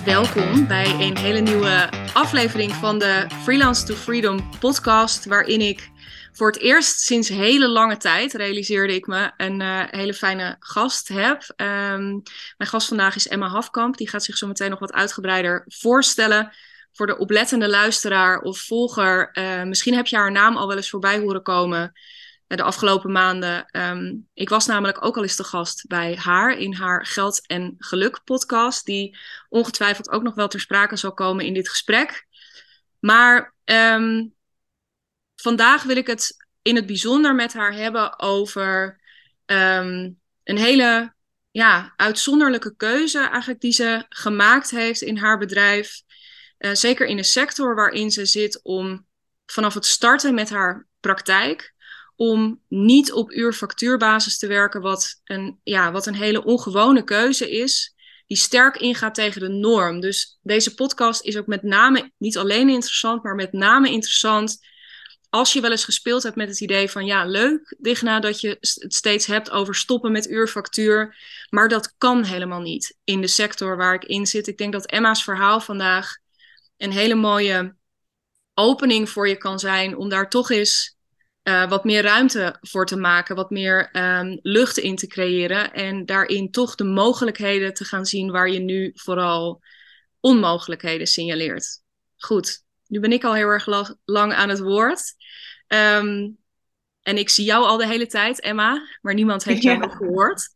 Welkom bij een hele nieuwe aflevering van de Freelance to Freedom podcast, waarin ik voor het eerst sinds hele lange tijd, realiseerde ik me, een hele fijne gast heb. Mijn gast vandaag is Emma Hafkamp. Die gaat zich zo meteen nog wat uitgebreider voorstellen voor de oplettende luisteraar of volger. Misschien heb je haar naam al wel eens voorbij horen komen de afgelopen maanden. Ik was namelijk ook al eens te gast bij haar in haar Geld en Geluk podcast, die ongetwijfeld ook nog wel ter sprake zal komen in dit gesprek. Maar vandaag wil ik het in het bijzonder met haar hebben over een hele uitzonderlijke keuze eigenlijk die ze gemaakt heeft in haar bedrijf. Zeker in de sector waarin ze zit, om vanaf het starten met haar praktijk om niet op uur-factuurbasis te werken, wat een hele ongewone keuze is, die sterk ingaat tegen de norm. Dus deze podcast is ook met name niet alleen interessant, maar met name interessant als je wel eens gespeeld hebt met het idee van ja, leuk, Digna, dat je het steeds hebt over stoppen met uurfactuur, maar dat kan helemaal niet in de sector waar ik in zit. Ik denk dat Emma's verhaal vandaag een hele mooie opening voor je kan zijn om daar toch eens wat meer ruimte voor te maken, wat meer lucht in te creëren en daarin toch de mogelijkheden te gaan zien waar je nu vooral onmogelijkheden signaleert. Goed, nu ben ik al heel erg lang aan het woord. En ik zie jou al de hele tijd, Emma, maar niemand heeft jou nog gehoord.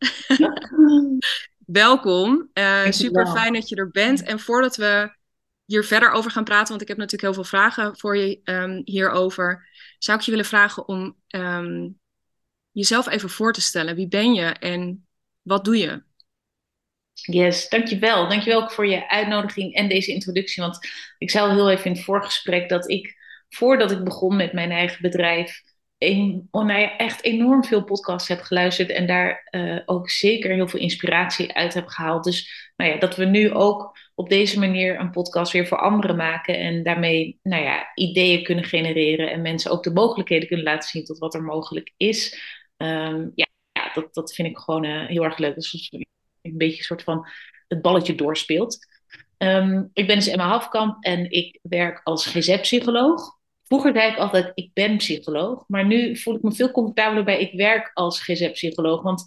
Welkom, super fijn dat je er bent. En voordat we hier verder over gaan praten, want ik heb natuurlijk heel veel vragen voor je hierover, zou ik je willen vragen om jezelf even voor te stellen. Wie ben je en wat doe je? Yes, dankjewel. Dankjewel ook voor je uitnodiging en deze introductie. Want ik zei al heel even in het voorgesprek dat ik, voordat ik begon met mijn eigen bedrijf, echt enorm veel podcasts heb geluisterd en daar ook zeker heel veel inspiratie uit heb gehaald. Dus dat we nu ook op deze manier een podcast weer voor anderen maken en daarmee ideeën kunnen genereren en mensen ook de mogelijkheden kunnen laten zien tot wat er mogelijk is. Dat vind ik gewoon heel erg leuk. Dus een beetje een soort van het balletje doorspeelt. Ik ben dus Emma Hafkamp en ik werk als GZ-psycholoog. Vroeger zei ik altijd, ik ben psycholoog. Maar nu voel ik me veel comfortabeler bij, ik werk als GZ-psycholoog. Want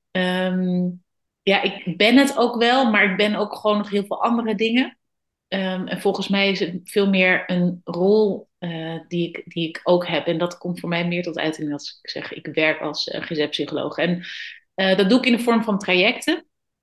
ik ben het ook wel, maar ik ben ook gewoon nog heel veel andere dingen. En volgens mij is het veel meer een rol die ik ook heb. En dat komt voor mij meer tot uiting als ik zeg, ik werk als GZ-psycholoog. En dat doe ik in de vorm van trajecten.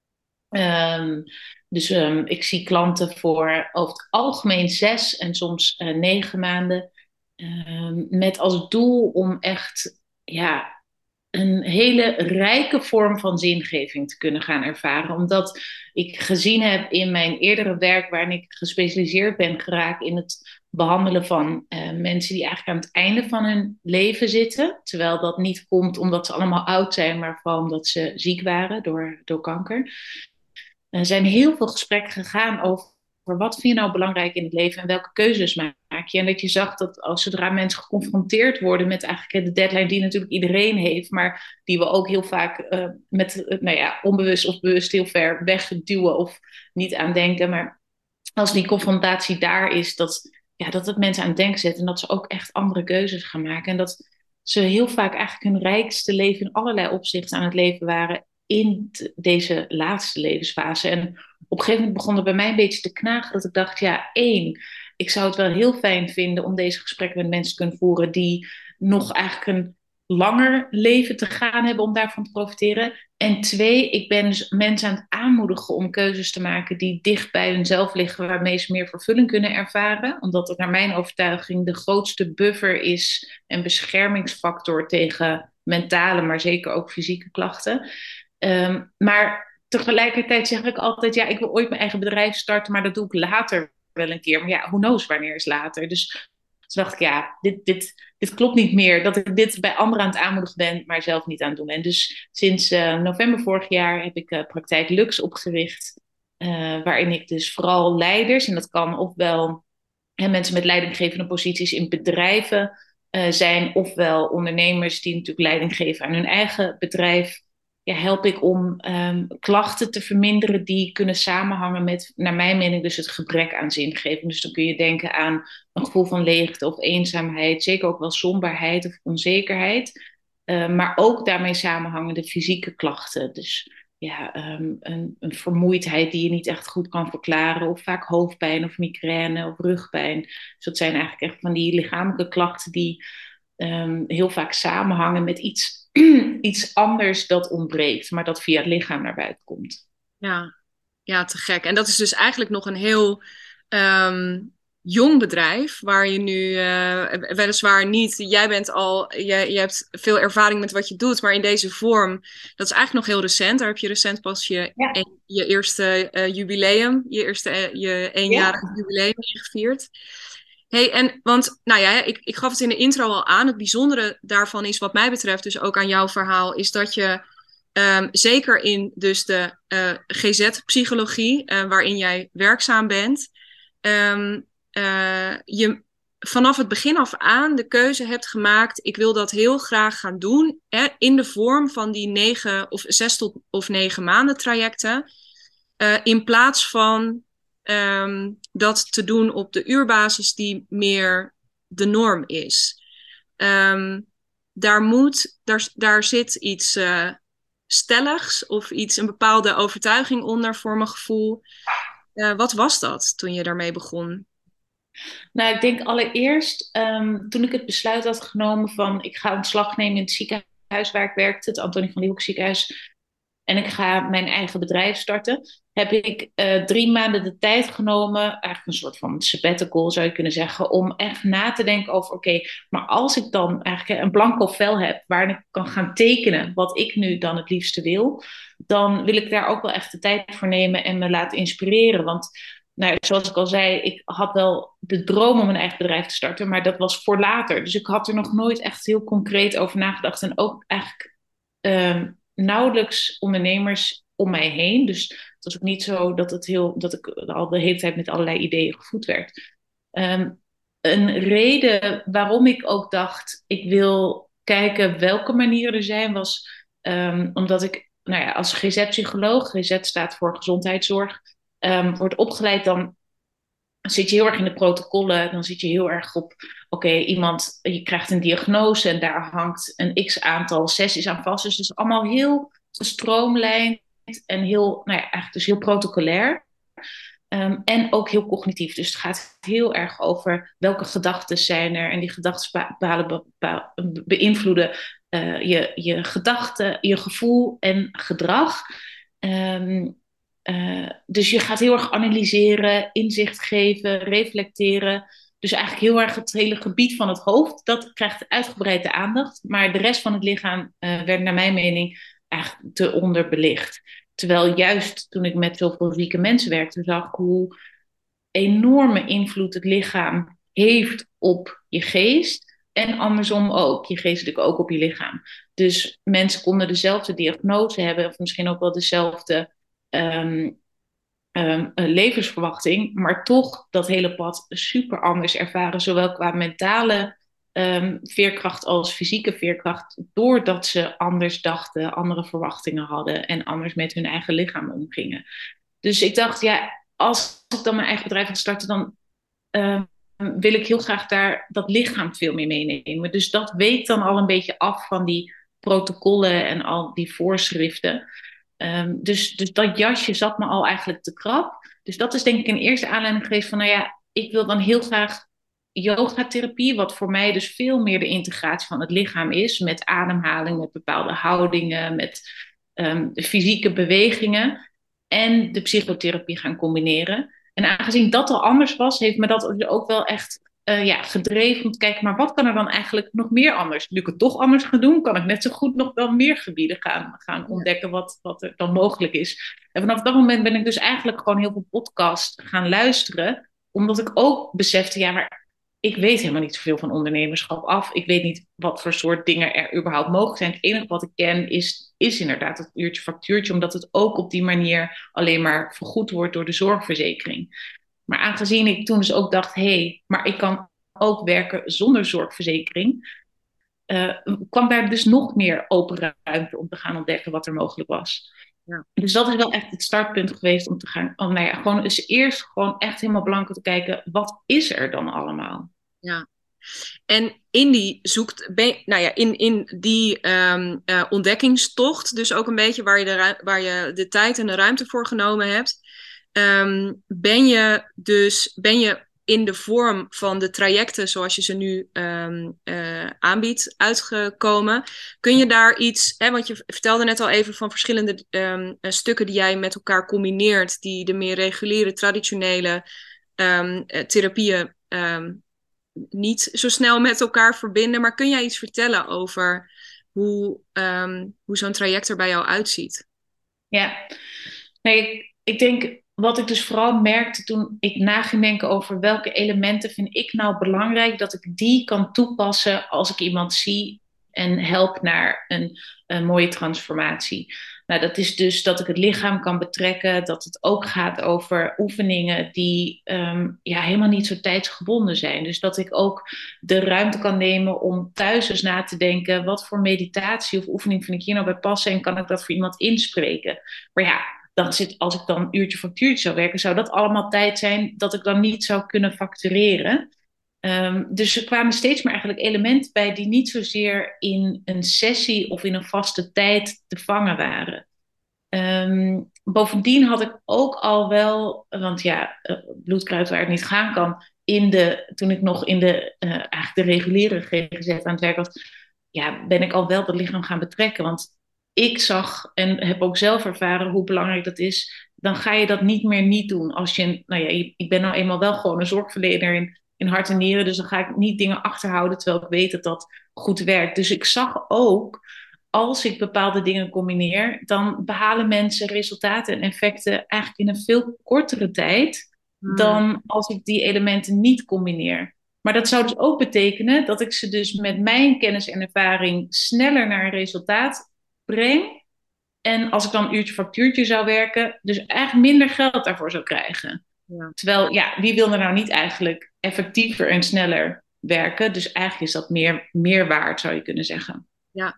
Ik zie klanten voor over het algemeen 6 en soms 9 maanden. Met als doel om echt een hele rijke vorm van zingeving te kunnen gaan ervaren. Omdat ik gezien heb in mijn eerdere werk, waarin ik gespecialiseerd ben geraakt in het behandelen van mensen die eigenlijk aan het einde van hun leven zitten. Terwijl dat niet komt omdat ze allemaal oud zijn, maar vooral omdat ze ziek waren door kanker. Er zijn heel veel gesprekken gegaan over wat vind je nou belangrijk in het leven en welke keuzes maak je. En dat je zag dat zodra mensen geconfronteerd worden met eigenlijk de deadline die natuurlijk iedereen heeft, maar die we ook heel vaak onbewust of bewust heel ver wegduwen of niet aan denken. Maar als die confrontatie daar is, dat het mensen aan het denken zet en dat ze ook echt andere keuzes gaan maken. En dat ze heel vaak eigenlijk hun rijkste leven in allerlei opzichten aan het leven waren in deze laatste levensfase. En op een gegeven moment begon het bij mij een beetje te knagen dat ik dacht, ik zou het wel heel fijn vinden om deze gesprekken met mensen te kunnen voeren die nog eigenlijk een langer leven te gaan hebben om daarvan te profiteren. En 2, ik ben dus mensen aan het aanmoedigen om keuzes te maken die dicht bij hunzelf liggen, waarmee ze meer vervulling kunnen ervaren. Omdat het naar mijn overtuiging de grootste buffer is en beschermingsfactor tegen mentale, maar zeker ook fysieke klachten. Maar tegelijkertijd zeg ik altijd, ik wil ooit mijn eigen bedrijf starten, maar dat doe ik later wel een keer. Maar who knows wanneer is later. Dus toen dacht ik, dit klopt niet meer. Dat ik dit bij anderen aan het aanmoedigen ben, maar zelf niet aan het doen ben. Dus sinds november vorig jaar heb ik Praktijk Lux opgericht. Waarin ik dus vooral leiders, en dat kan ofwel mensen met leidinggevende posities in bedrijven zijn, ofwel ondernemers die natuurlijk leiding geven aan hun eigen bedrijf. help ik om klachten te verminderen die kunnen samenhangen met, naar mijn mening, dus het gebrek aan zingeving. Dus dan kun je denken aan een gevoel van leegte of eenzaamheid, zeker ook wel somberheid of onzekerheid. Maar ook daarmee samenhangende fysieke klachten. Dus een vermoeidheid die je niet echt goed kan verklaren, of vaak hoofdpijn of migraine of rugpijn. Dus dat zijn eigenlijk echt van die lichamelijke klachten die heel vaak samenhangen met iets anders dat ontbreekt, maar dat via het lichaam naar buiten komt. Ja, ja, te gek. En dat is dus eigenlijk nog een heel jong bedrijf, waar je nu weliswaar niet, jij bent al, je hebt veel ervaring met wat je doet, maar in deze vorm, dat is eigenlijk nog heel recent. Daar heb je recent pas Ja, je eerste jubileum, je eenjarig ja. jubileum gevierd. Hey, en want, nou ja, ik gaf het in de intro al aan. Het bijzondere daarvan is, wat mij betreft, dus ook aan jouw verhaal, is dat je zeker in dus de GZ-psychologie, waarin jij werkzaam bent, je vanaf het begin af aan de keuze hebt gemaakt: ik wil dat heel graag gaan doen, hè, in de vorm van die 6 tot of 9 maanden trajecten, in plaats van dat te doen op de uurbasis die meer de norm is. Daar zit iets stelligs of een bepaalde overtuiging onder, voor mijn gevoel. Wat was dat toen je daarmee begon? Nou, ik denk allereerst, toen ik het besluit had genomen van ik ga ontslag nemen in het ziekenhuis waar ik werkte, het Antonie van Leeuwenhoek ziekenhuis, en ik ga mijn eigen bedrijf starten, heb ik 3 maanden de tijd genomen, eigenlijk een soort van sabbatical zou je kunnen zeggen, om echt na te denken over, oké, maar als ik dan eigenlijk een blanco vel heb waarin ik kan gaan tekenen wat ik nu dan het liefste wil, dan wil ik daar ook wel echt de tijd voor nemen en me laten inspireren. Want nou, zoals ik al zei, ik had wel de droom om een eigen bedrijf te starten, maar dat was voor later. Dus ik had er nog nooit echt heel concreet over nagedacht. En ook eigenlijk nauwelijks ondernemers om mij heen. Dus het was ook niet zo dat ik al de hele tijd met allerlei ideeën gevoed werd. Een reden waarom ik ook dacht, ik wil kijken welke manieren er zijn, was omdat ik, nou ja, als GZ-psycholoog, GZ staat voor gezondheidszorg, wordt opgeleid, dan zit je heel erg in de protocollen. Dan zit je heel erg op, oké, je krijgt een diagnose en daar hangt een x-aantal sessies aan vast. Dus het is allemaal heel gestroomlijnd en heel, nou ja, eigenlijk dus heel protocolair. En ook heel cognitief. Dus het gaat heel erg over welke gedachten zijn er. En die gedachten beïnvloeden je gedachten, je gevoel en gedrag. Dus je gaat heel erg analyseren, inzicht geven, reflecteren. Dus eigenlijk heel erg het hele gebied van het hoofd, dat krijgt uitgebreide aandacht. Maar de rest van het lichaam werd naar mijn mening eigenlijk te onderbelicht. Terwijl juist toen ik met zoveel zieke mensen werkte, zag ik hoe enorme invloed het lichaam heeft op je geest. En andersom ook. Je geest natuurlijk ook op je lichaam. Dus mensen konden dezelfde diagnose hebben, of misschien ook wel dezelfde levensverwachting, maar toch dat hele pad super anders ervaren, zowel qua mentale veerkracht als fysieke veerkracht, doordat ze anders dachten, andere verwachtingen hadden en anders met hun eigen lichaam omgingen. Dus ik dacht, ja, als ik dan mijn eigen bedrijf ga starten, dan wil ik heel graag daar dat lichaam veel meer meenemen. Dus dat weekt dan al een beetje af van die protocollen en al die voorschriften. Dus dat jasje zat me al eigenlijk te krap. Dus dat is denk ik een eerste aanleiding geweest van, nou ja, ik wil dan heel graag yogatherapie, wat voor mij dus veel meer de integratie van het lichaam is, met ademhaling, met bepaalde houdingen, met fysieke bewegingen en de psychotherapie gaan combineren. En aangezien dat al anders was, heeft me dat ook wel echt gedreven om te kijken, maar wat kan er dan eigenlijk nog meer anders? Nu ik het toch anders ga doen, kan ik net zo goed nog wel meer gebieden gaan ontdekken wat er dan mogelijk is. En vanaf dat moment ben ik dus eigenlijk gewoon heel veel podcasts gaan luisteren, omdat ik ook besefte, ja, maar ik weet helemaal niet zoveel van ondernemerschap af. Ik weet niet wat voor soort dingen er überhaupt mogelijk zijn. Het enige wat ik ken is inderdaad het uurtje factuurtje, omdat het ook op die manier alleen maar vergoed wordt door de zorgverzekering. Maar aangezien ik toen dus ook dacht, hé, maar ik kan ook werken zonder zorgverzekering, kwam daar dus nog meer open ruimte om te gaan ontdekken wat er mogelijk was. Ja. Dus dat is wel echt het startpunt geweest om te gaan, nou ja, gewoon eens eerst gewoon echt helemaal blanco te kijken, wat is er dan allemaal? Ja. En in die nou ja, in die ontdekkingstocht, dus ook een beetje waar je de tijd en de ruimte voor genomen hebt, ben je in de vorm van de trajecten zoals je ze nu aanbiedt uitgekomen. Kun je daar iets, hè, want je vertelde net al even van verschillende stukken die jij met elkaar combineert, die de meer reguliere, traditionele therapieën niet zo snel met elkaar verbinden. Maar kun jij iets vertellen over hoe zo'n traject er bij jou uitziet? Ja, nee, ik denk wat ik dus vooral merkte toen ik na ging denken over welke elementen vind ik nou belangrijk dat ik die kan toepassen als ik iemand zie en help naar een mooie transformatie. Nou, dat is dus dat ik het lichaam kan betrekken, dat het ook gaat over oefeningen die ja, helemaal niet zo tijdsgebonden zijn. Dus dat ik ook de ruimte kan nemen om thuis eens na te denken, wat voor meditatie of oefening vind ik hier nou bij passen en kan ik dat voor iemand inspreken? Maar ja, als ik dan een uurtje factuurtje zou werken, zou dat allemaal tijd zijn dat ik dan niet zou kunnen factureren. Dus er kwamen steeds meer eigenlijk elementen bij die niet zozeer in een sessie of in een vaste tijd te vangen waren. Bovendien had ik ook al wel, want ja, bloedkruid waar het niet gaan kan, toen ik nog in eigenlijk de reguliere GGZ aan het werk was, ja, ben ik al wel het lichaam gaan betrekken. Want ik zag en heb ook zelf ervaren hoe belangrijk dat is. Dan ga je dat niet meer niet doen. Als je, nou ja, ik ben nou eenmaal wel gewoon een zorgverlener in hart en nieren. Dus dan ga ik niet dingen achterhouden terwijl ik weet dat dat goed werkt. Dus ik zag ook, als ik bepaalde dingen combineer, dan behalen mensen resultaten en effecten eigenlijk in een veel kortere tijd dan als ik die elementen niet combineer. Maar dat zou dus ook betekenen dat ik ze dus met mijn kennis en ervaring sneller naar een resultaat breng. En als ik dan een uurtje factuurtje zou werken, dus eigenlijk minder geld daarvoor zou krijgen. Ja. Terwijl, ja, wie wil er nou niet eigenlijk effectiever en sneller werken? Dus eigenlijk is dat meer waard, zou je kunnen zeggen. Ja.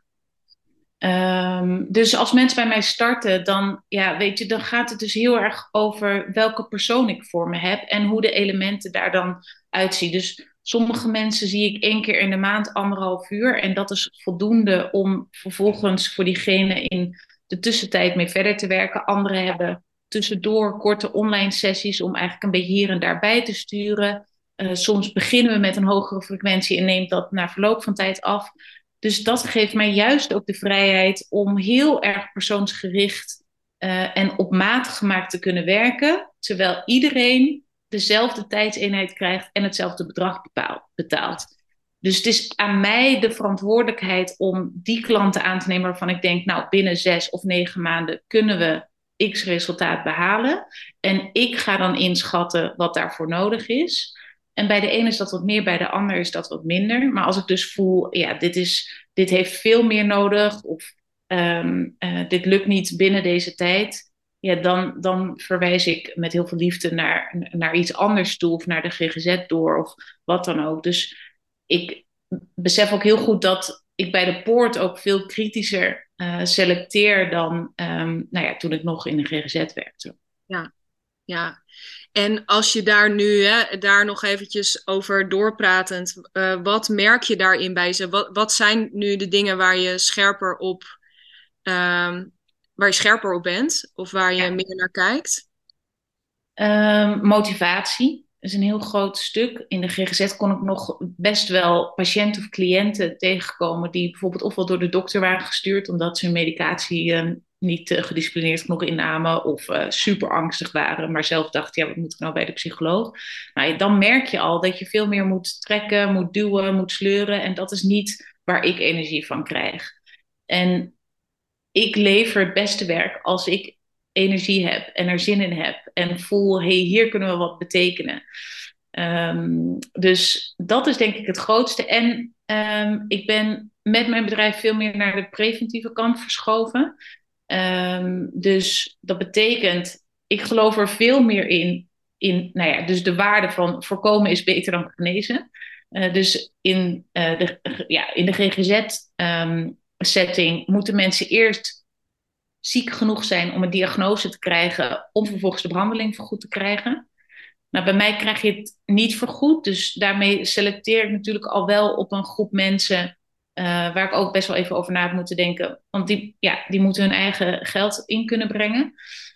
Dus als mensen bij mij starten, dan, ja, weet je, dan gaat het dus heel erg over welke persoon ik voor me heb en hoe de elementen daar dan uitzien. Dus sommige mensen zie ik 1 keer in de maand 1,5 uur en dat is voldoende om vervolgens voor diegene in de tussentijd mee verder te werken. Anderen hebben tussendoor korte online sessies om eigenlijk een beetje hier en daar bij te sturen. Soms beginnen we met een hogere frequentie en neemt dat na verloop van tijd af. Dus dat geeft mij juist ook de vrijheid om heel erg persoonsgericht en op maat gemaakt te kunnen werken, terwijl iedereen dezelfde tijdseenheid krijgt en hetzelfde bedrag betaalt. Dus het is aan mij de verantwoordelijkheid om die klanten aan te nemen waarvan ik denk, nou, binnen 6 of 9 maanden kunnen we X resultaat behalen. En ik ga dan inschatten wat daarvoor nodig is. En bij de ene is dat wat meer, bij de ander is dat wat minder. Maar als ik dus voel, ja, dit heeft veel meer nodig, of dit lukt niet binnen deze tijd, ja, dan verwijs ik met heel veel liefde naar iets anders toe, of naar de GGZ door, of wat dan ook. Dus ik besef ook heel goed dat ik bij de poort ook veel kritischer selecteer dan nou ja, toen ik nog in de GGZ werkte. Ja, ja. En als je daar nu, daar nog eventjes over doorpratend, wat merk je daarin bij ze? Wat zijn nu de dingen waar je scherper op bent? Of waar je meer naar kijkt? Motivatie is een heel groot stuk. In de GGZ kon ik nog best wel patiënten of cliënten tegenkomen die bijvoorbeeld ofwel door de dokter waren gestuurd omdat ze hun medicatie niet gedisciplineerd genoeg innamen of super angstig waren, maar zelf dachten, ja, wat moet ik nou bij de psycholoog? Nou, dan merk je al dat je veel meer moet trekken, moet duwen, moet sleuren en dat is niet waar ik energie van krijg. En ik lever het beste werk als ik energie heb en er zin in heb en voel, hey, hier kunnen we wat betekenen. Dus dat is denk ik het grootste. En ik ben met mijn bedrijf veel meer naar de preventieve kant verschoven. Dus dat betekent, ik geloof er veel meer in nou ja, dus de waarde van voorkomen is beter dan genezen. Dus in de GGZ-setting moeten mensen eerst ziek genoeg zijn om een diagnose te krijgen, om vervolgens de behandeling vergoed te krijgen. Nou, bij mij krijg je het niet vergoed, dus daarmee selecteer ik natuurlijk al wel op een groep mensen waar ik ook best wel even over na heb moeten denken. Want die moeten hun eigen geld in kunnen brengen.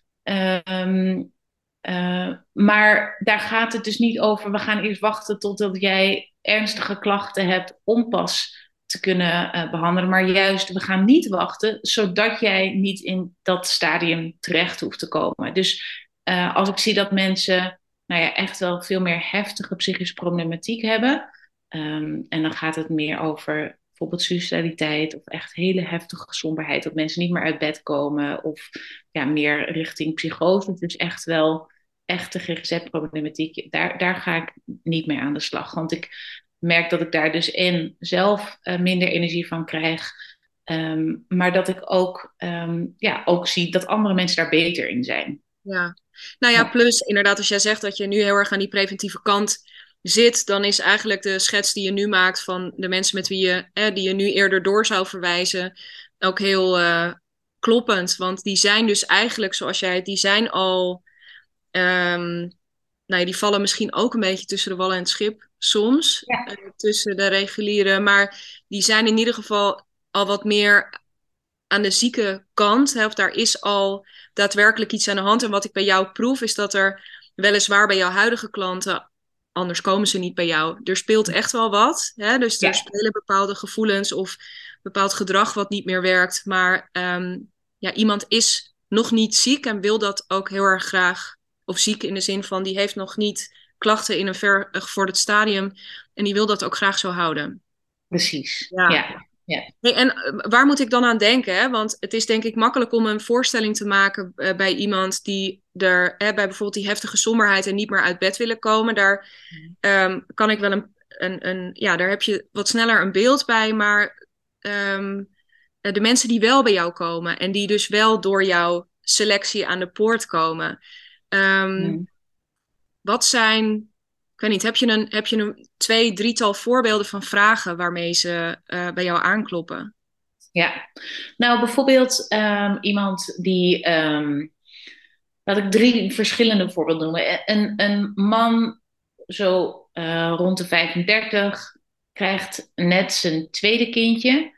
Maar daar gaat het dus niet over. We gaan eerst wachten totdat jij ernstige klachten hebt om pas te kunnen behandelen. Maar juist, we gaan niet wachten zodat jij niet in dat stadium terecht hoeft te komen. Dus als ik zie dat mensen echt wel veel meer heftige psychische problematiek hebben. En dan gaat het meer over bijvoorbeeld suicidaliteit of echt hele heftige somberheid. Dat mensen niet meer uit bed komen of meer richting psychose. Dus echt wel echte GGZ-problematiek. Daar ga ik niet mee aan de slag. Want ik merk dat ik daar dus zelf minder energie van krijg. Maar dat ik ook zie dat andere mensen daar beter in zijn. Ja, nou ja, plus inderdaad, als jij zegt dat je nu heel erg aan die preventieve kant zit, dan is eigenlijk de schets die je nu maakt van de mensen met wie die je nu eerder door zou verwijzen, ook heel kloppend. Want die zijn dus eigenlijk, zoals jij het, die zijn al, die vallen misschien ook een beetje tussen de wal en het schip soms, Ja. tussen de reguliere, maar die zijn in ieder geval al wat meer aan de zieke kant, of daar is al daadwerkelijk iets aan de hand. En wat ik bij jou proef, is dat er weliswaar bij jouw huidige klanten, anders komen ze niet bij jou, er speelt echt wel wat. Hè? Dus er spelen bepaalde gevoelens of bepaald gedrag wat niet meer werkt. Maar iemand is nog niet ziek en wil dat ook heel erg graag. Of ziek in de zin van, die heeft nog niet klachten in een gevorderd stadium. En die wil dat ook graag zo houden. Precies, ja. Ja. Hey, en waar moet ik dan aan denken? Hè? Want het is denk ik makkelijk om een voorstelling te maken bij iemand die er, bij bijvoorbeeld die heftige somberheid en niet meer uit bed willen komen. Daar kan ik wel daar heb je wat sneller een beeld bij. Maar de mensen die wel bij jou komen en die dus wel door jouw selectie aan de poort komen. Wat zijn, ik weet niet, heb je een 2, 3-tal voorbeelden van vragen waarmee ze bij jou aankloppen? Ja, nou bijvoorbeeld iemand die, laat ik 3 verschillende voorbeelden noemen. Een man zo rond de 35 krijgt net zijn tweede kindje,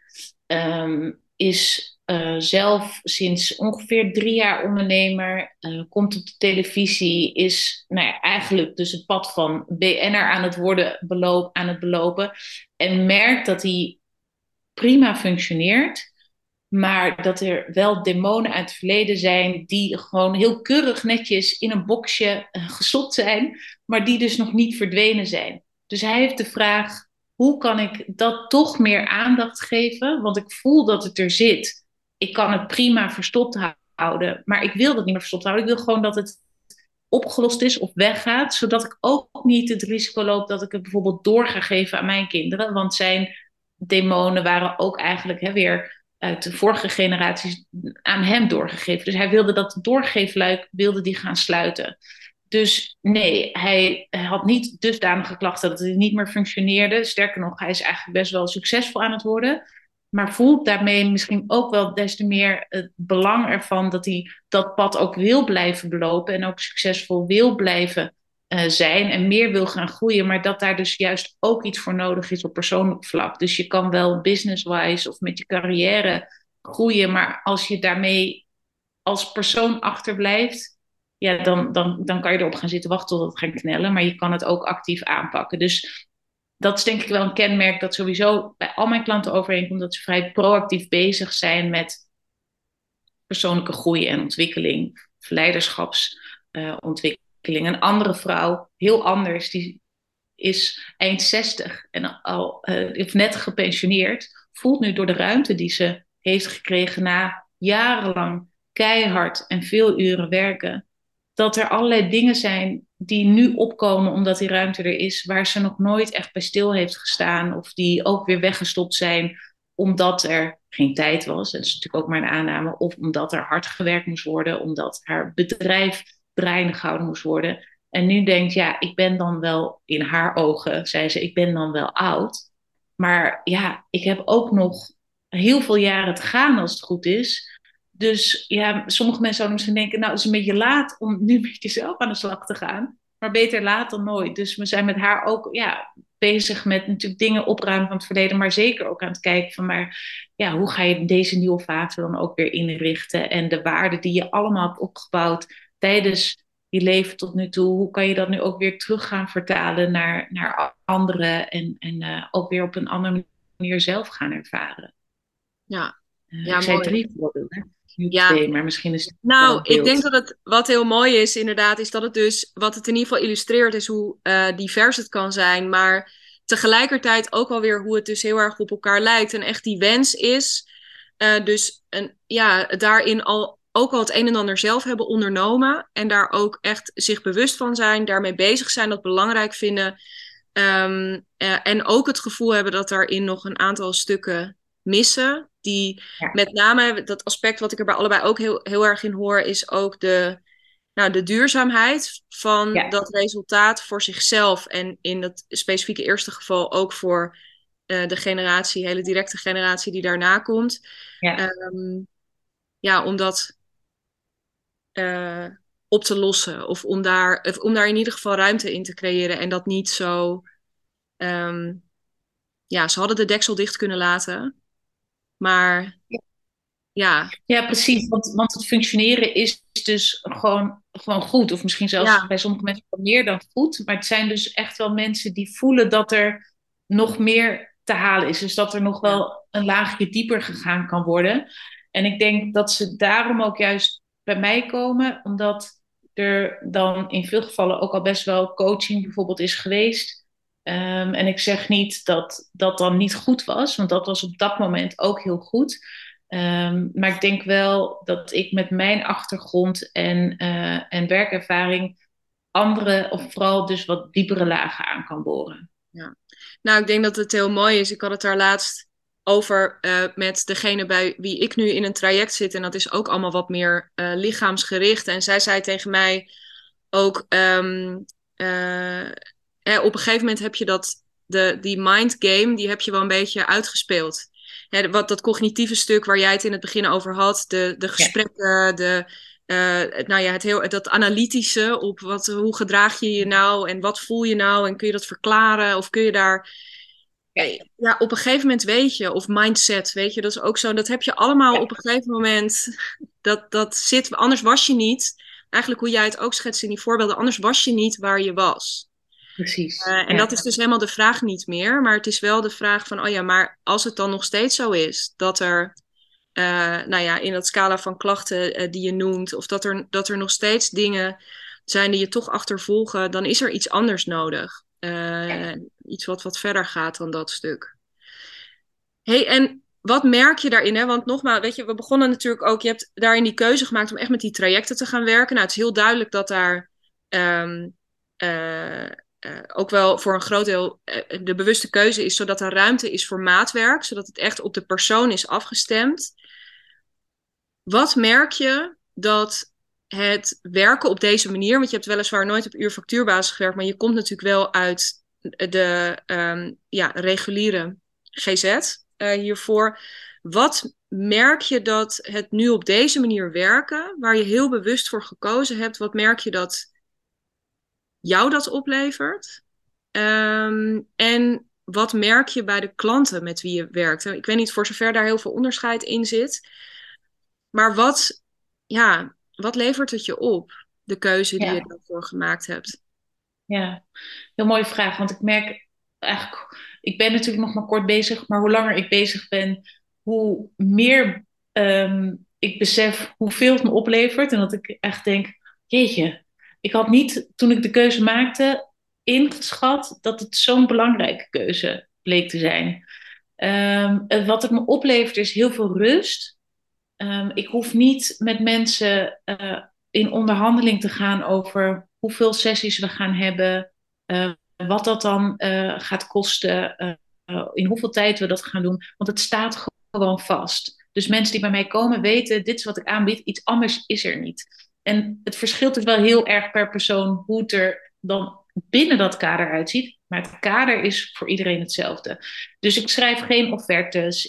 is zelf sinds ongeveer 3 jaar ondernemer, komt op de televisie, is eigenlijk dus het pad van BN'er aan het worden aan het belopen en merkt dat hij prima functioneert, maar dat er wel demonen uit het verleden zijn die gewoon heel keurig netjes in een boxje gestopt zijn, maar die dus nog niet verdwenen zijn. Dus hij heeft de vraag, hoe kan ik dat toch meer aandacht geven? Want ik voel dat het er zit. Ik kan het prima verstopt houden, maar ik wil dat niet meer verstopt houden. Ik wil gewoon dat het opgelost is of weggaat, zodat ik ook niet het risico loop dat ik het bijvoorbeeld door ga geven aan mijn kinderen, want zijn demonen waren ook eigenlijk weer uit de vorige generaties aan hem doorgegeven. Dus hij wilde dat doorgeefluik die gaan sluiten. Dus nee, hij had niet dusdanige klachten dat hij niet meer functioneerde. Sterker nog, hij is eigenlijk best wel succesvol aan het worden. Maar voelt daarmee misschien ook wel des te meer het belang ervan dat hij dat pad ook wil blijven belopen en ook succesvol wil blijven zijn en meer wil gaan groeien, maar dat daar dus juist ook iets voor nodig is op persoonlijk vlak. Dus je kan wel business-wise of met je carrière groeien, maar als je daarmee als persoon achterblijft, ja, dan kan je erop gaan zitten wachten tot het gaat knellen, maar je kan het ook actief aanpakken. Dus dat is denk ik wel een kenmerk dat sowieso bij al mijn klanten overeenkomt, dat ze vrij proactief bezig zijn met persoonlijke groei en ontwikkeling, leiderschapsontwikkeling. Een andere vrouw, heel anders, die is eind 60 en heeft net gepensioneerd, voelt nu door de ruimte die ze heeft gekregen na jarenlang keihard en veel uren werken, dat er allerlei dingen zijn die nu opkomen omdat die ruimte er is, waar ze nog nooit echt bij stil heeft gestaan of die ook weer weggestopt zijn omdat er geen tijd was. Dat is natuurlijk ook maar een aanname. Of omdat er hard gewerkt moest worden, omdat haar bedrijf draaiende gehouden moest worden. En nu denkt, ja, ik ben dan wel, in haar ogen, zei ze, ik ben dan wel oud. Maar ja, ik heb ook nog heel veel jaren te gaan als het goed is. Dus ja, sommige mensen zouden misschien denken, nou, het is een beetje laat om nu met jezelf aan de slag te gaan. Maar beter laat dan nooit. Dus we zijn met haar ook ja, bezig met natuurlijk dingen opruimen van het verleden. Maar zeker ook aan het kijken van, maar ja, hoe ga je deze nieuwe fase dan ook weer inrichten? En de waarden die je allemaal hebt opgebouwd tijdens je leven tot nu toe, hoe kan je dat nu ook weer terug gaan vertalen naar anderen en ook weer op een andere manier zelf gaan ervaren? Ja, Ik ja, zei mooi. 3 voorbeelden, nu Ja, 2, maar misschien is het wel nou, een ik denk beeld. dat het wat heel mooi is, inderdaad, is dat het dus, wat het in ieder geval illustreert, is hoe divers het kan zijn, maar tegelijkertijd ook wel weer hoe het dus heel erg op elkaar lijkt. En echt die wens is, dus ja, daarin ook al het een en ander zelf hebben ondernomen en daar ook echt zich bewust van zijn, daarmee bezig zijn, dat belangrijk vinden. En ook het gevoel hebben dat daarin nog een aantal stukken missen, die Ja, met name dat aspect wat ik er bij allebei ook heel erg in hoor, is ook de duurzaamheid van ja, dat resultaat voor zichzelf. En in dat specifieke eerste geval ook voor de generatie, hele directe generatie die daarna komt. ja. Um, ja, om dat uh, op te lossen. Of om daar in ieder geval ruimte in te creëren. En dat niet zo. Ja, ze hadden de deksel dicht kunnen laten. Maar ja, Ja, precies. Want het functioneren is dus gewoon goed. Of misschien zelfs ja, bij sommige mensen wel meer dan goed. Maar het zijn dus echt wel mensen die voelen dat er nog meer te halen is. Dus dat er nog ja, wel een laagje dieper gegaan kan worden. En ik denk dat ze daarom ook juist bij mij komen. Omdat er dan in veel gevallen ook al best wel coaching bijvoorbeeld is geweest. En ik zeg niet dat dat dan niet goed was. Want dat was op dat moment ook heel goed. Maar ik denk wel dat ik met mijn achtergrond en werkervaring andere, of vooral dus wat diepere lagen aan kan boren. ja. Nou, ik denk dat het heel mooi is. Ik had het daar laatst over met degene bij wie ik nu in een traject zit. En dat is ook allemaal wat meer lichaamsgericht. En zij zei tegen mij ook: op een gegeven moment heb je die mind game, die heb je wel een beetje uitgespeeld. Wat dat cognitieve stuk waar jij het in het begin over had, de Ja, gesprekken, nou ja, dat analytische op hoe gedraag je je nou en wat voel je nou en kun je dat verklaren of kun je daar ja, ja, op een gegeven moment weet je, of mindset, weet je, dat is ook zo, dat heb je allemaal ja, op een gegeven moment, dat zit, anders was je niet, eigenlijk hoe jij het ook schetst in die voorbeelden, anders was je niet waar je was. precies. En dat Ja, is dus helemaal de vraag niet meer, maar het is wel de vraag van, oh ja, maar als het dan nog steeds zo is, dat er, nou ja, in dat scala van klachten die je noemt, of dat er nog steeds dingen zijn die je toch achtervolgen, dan is er iets anders nodig. Iets wat verder gaat dan dat stuk. Hey, en wat merk je daarin? Hè? Want nogmaals, weet je, we begonnen natuurlijk ook, je hebt daarin die keuze gemaakt om echt met die trajecten te gaan werken. Nou, het is heel duidelijk dat daar ehm, eh, ook wel voor een groot deel de bewuste keuze is, zodat er ruimte is voor maatwerk, zodat het echt op de persoon is afgestemd. Wat merk je dat het werken op deze manier, want je hebt weliswaar nooit op uur-factuurbasis gewerkt, maar je komt natuurlijk wel uit de ja, reguliere GZ hiervoor. Wat merk je dat het nu op deze manier werken, waar je heel bewust voor gekozen hebt, wat merk je dat jou dat oplevert? En wat merk je bij de klanten met wie je werkt? Ik weet niet voor zover daar heel veel onderscheid in zit. Maar wat levert het je op, de keuze die je ja, daarvoor gemaakt hebt? ja. Heel mooie vraag, want ik merk eigenlijk, ik ben natuurlijk nog maar kort bezig, maar hoe langer ik bezig ben, hoe meer ik besef hoeveel het me oplevert. En dat ik echt denk, jeetje, ik had niet, toen ik de keuze maakte, ingeschat dat het zo'n belangrijke keuze bleek te zijn. Wat het me oplevert is heel veel rust. Ik hoef niet met mensen in onderhandeling te gaan over hoeveel sessies we gaan hebben, wat dat dan gaat kosten, in hoeveel tijd we dat gaan doen. Want het staat gewoon vast. Dus mensen die bij mij komen weten, dit is wat ik aanbied, iets anders is er niet. En het verschilt dus wel heel erg per persoon hoe het er dan binnen dat kader uitziet. Maar het kader is voor iedereen hetzelfde. Dus ik schrijf geen offertes.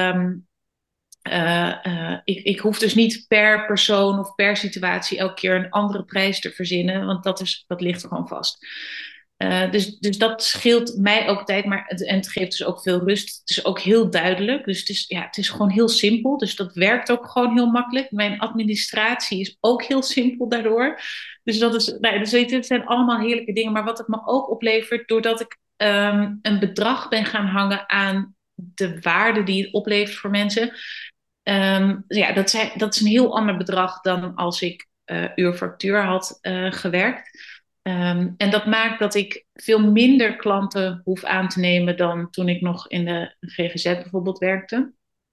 Ik hoef dus niet per persoon of per situatie elke keer een andere prijs te verzinnen, want dat ligt er gewoon vast. Dus dat scheelt mij ook tijd, maar het geeft dus ook veel rust. Het is ook heel duidelijk, dus het is gewoon heel simpel. Dus dat werkt ook gewoon heel makkelijk. Mijn administratie is ook heel simpel daardoor. Dus dit zijn allemaal heerlijke dingen. Maar wat het me ook oplevert, doordat ik een bedrag ben gaan hangen aan de waarde die het oplevert voor mensen. Dat is een heel ander bedrag dan als ik uurfactuur had gewerkt. En dat maakt dat ik veel minder klanten hoef aan te nemen dan toen ik nog in de GGZ bijvoorbeeld werkte.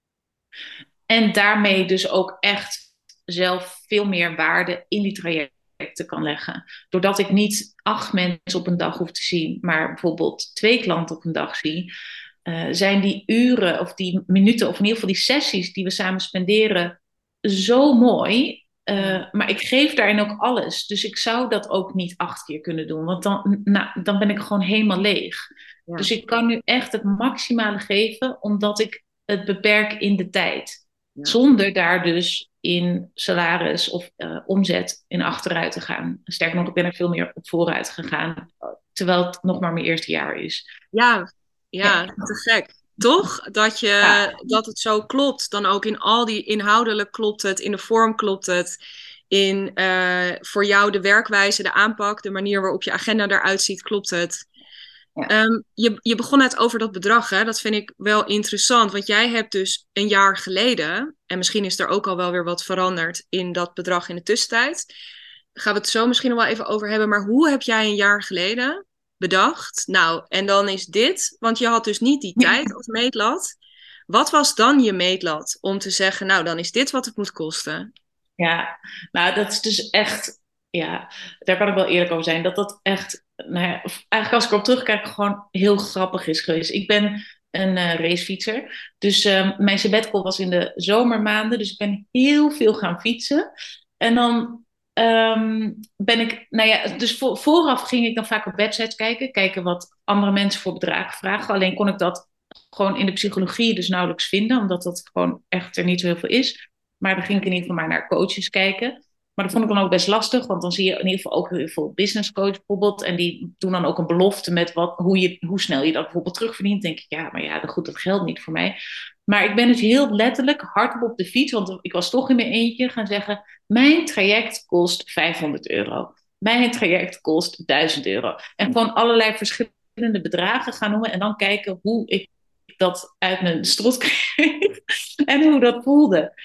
En daarmee dus ook echt zelf veel meer waarde in die trajecten kan leggen. Doordat ik niet 8 mensen op een dag hoef te zien, maar bijvoorbeeld 2 klanten op een dag zie, zijn die uren of die minuten of in ieder geval die sessies die we samen spenderen zo mooi. Maar ik geef daarin ook alles. Dus ik zou dat ook niet 8 keer kunnen doen. Want dan ben ik gewoon helemaal leeg. Ja. Dus ik kan nu echt het maximale geven, omdat ik het beperk in de tijd. Ja. Zonder daar dus in salaris of omzet in achteruit te gaan. Sterker nog, ik ben er veel meer op vooruit gegaan. Terwijl het nog maar mijn eerste jaar is. Ja, te gek. Toch? Dat het zo klopt. Dan ook in al die inhoudelijk klopt het, in de vorm klopt het. Voor jou de werkwijze, de aanpak, de manier waarop je agenda eruit ziet, klopt het. Ja. Je begon net over dat bedrag, hè? Dat vind ik wel interessant. Want jij hebt dus een jaar geleden, en misschien is er ook al wel weer wat veranderd in dat bedrag in de tussentijd. Daar gaan we het zo misschien nog wel even over hebben. Maar hoe heb jij een jaar geleden bedacht? Nou, en dan is dit, want je had dus niet die tijd als meetlat. Wat was dan je meetlat om te zeggen, nou, dan is dit wat het moet kosten? Ja, nou, dat is dus echt, ja, daar kan ik wel eerlijk over zijn, dat dat echt, nou ja, eigenlijk als ik erop terugkijk, gewoon heel grappig is geweest. Ik ben een racefietser, dus mijn sabbatical was in de zomermaanden, dus ik ben heel veel gaan fietsen. En dan ben ik, nou ja, dus vooraf ging ik dan vaak op websites kijken wat andere mensen voor bedragen vragen. Alleen kon ik dat gewoon in de psychologie dus nauwelijks vinden, omdat dat gewoon echt er niet zo heel veel is. Maar dan ging ik in ieder geval maar naar coaches kijken. Maar dat vond ik dan ook best lastig, want dan zie je in ieder geval ook heel veel business coach bijvoorbeeld. En die doen dan ook een belofte met hoe snel je dat bijvoorbeeld terugverdient. Dan denk ik, ja, maar ja, goed, dat geldt niet voor mij. Maar ik ben dus heel letterlijk hardop op de fiets, want ik was toch in mijn eentje gaan zeggen, mijn traject kost €500. Mijn traject kost €1000. En gewoon allerlei verschillende bedragen gaan noemen en dan kijken hoe ik dat uit mijn strot kreeg en hoe dat voelde.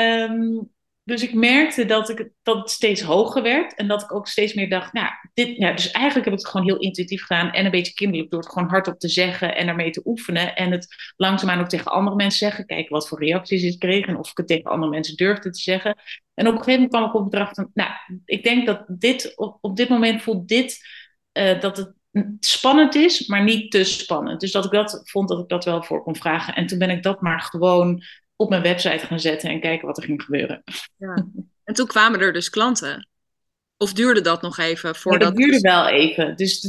Dus ik merkte dat het steeds hoger werd. En dat ik ook steeds meer dacht, nou, dus eigenlijk heb ik het gewoon heel intuïtief gedaan. En een beetje kinderlijk door het gewoon hardop te zeggen en ermee te oefenen. En het langzaamaan ook tegen andere mensen zeggen. Kijken wat voor reacties ik kreeg. En of ik het tegen andere mensen durfde te zeggen. En op een gegeven moment kwam ik op het bedrag van, nou, ik denk dat op dit moment voelt dat het spannend is, maar niet te spannend. Dus dat ik dat vond dat ik dat wel voor kon vragen. En toen ben ik dat maar gewoon op mijn website gaan zetten en kijken wat er ging gebeuren. Ja. En toen kwamen er dus klanten. Of duurde dat nog even voordat... Ja, dat duurde wel even. Dus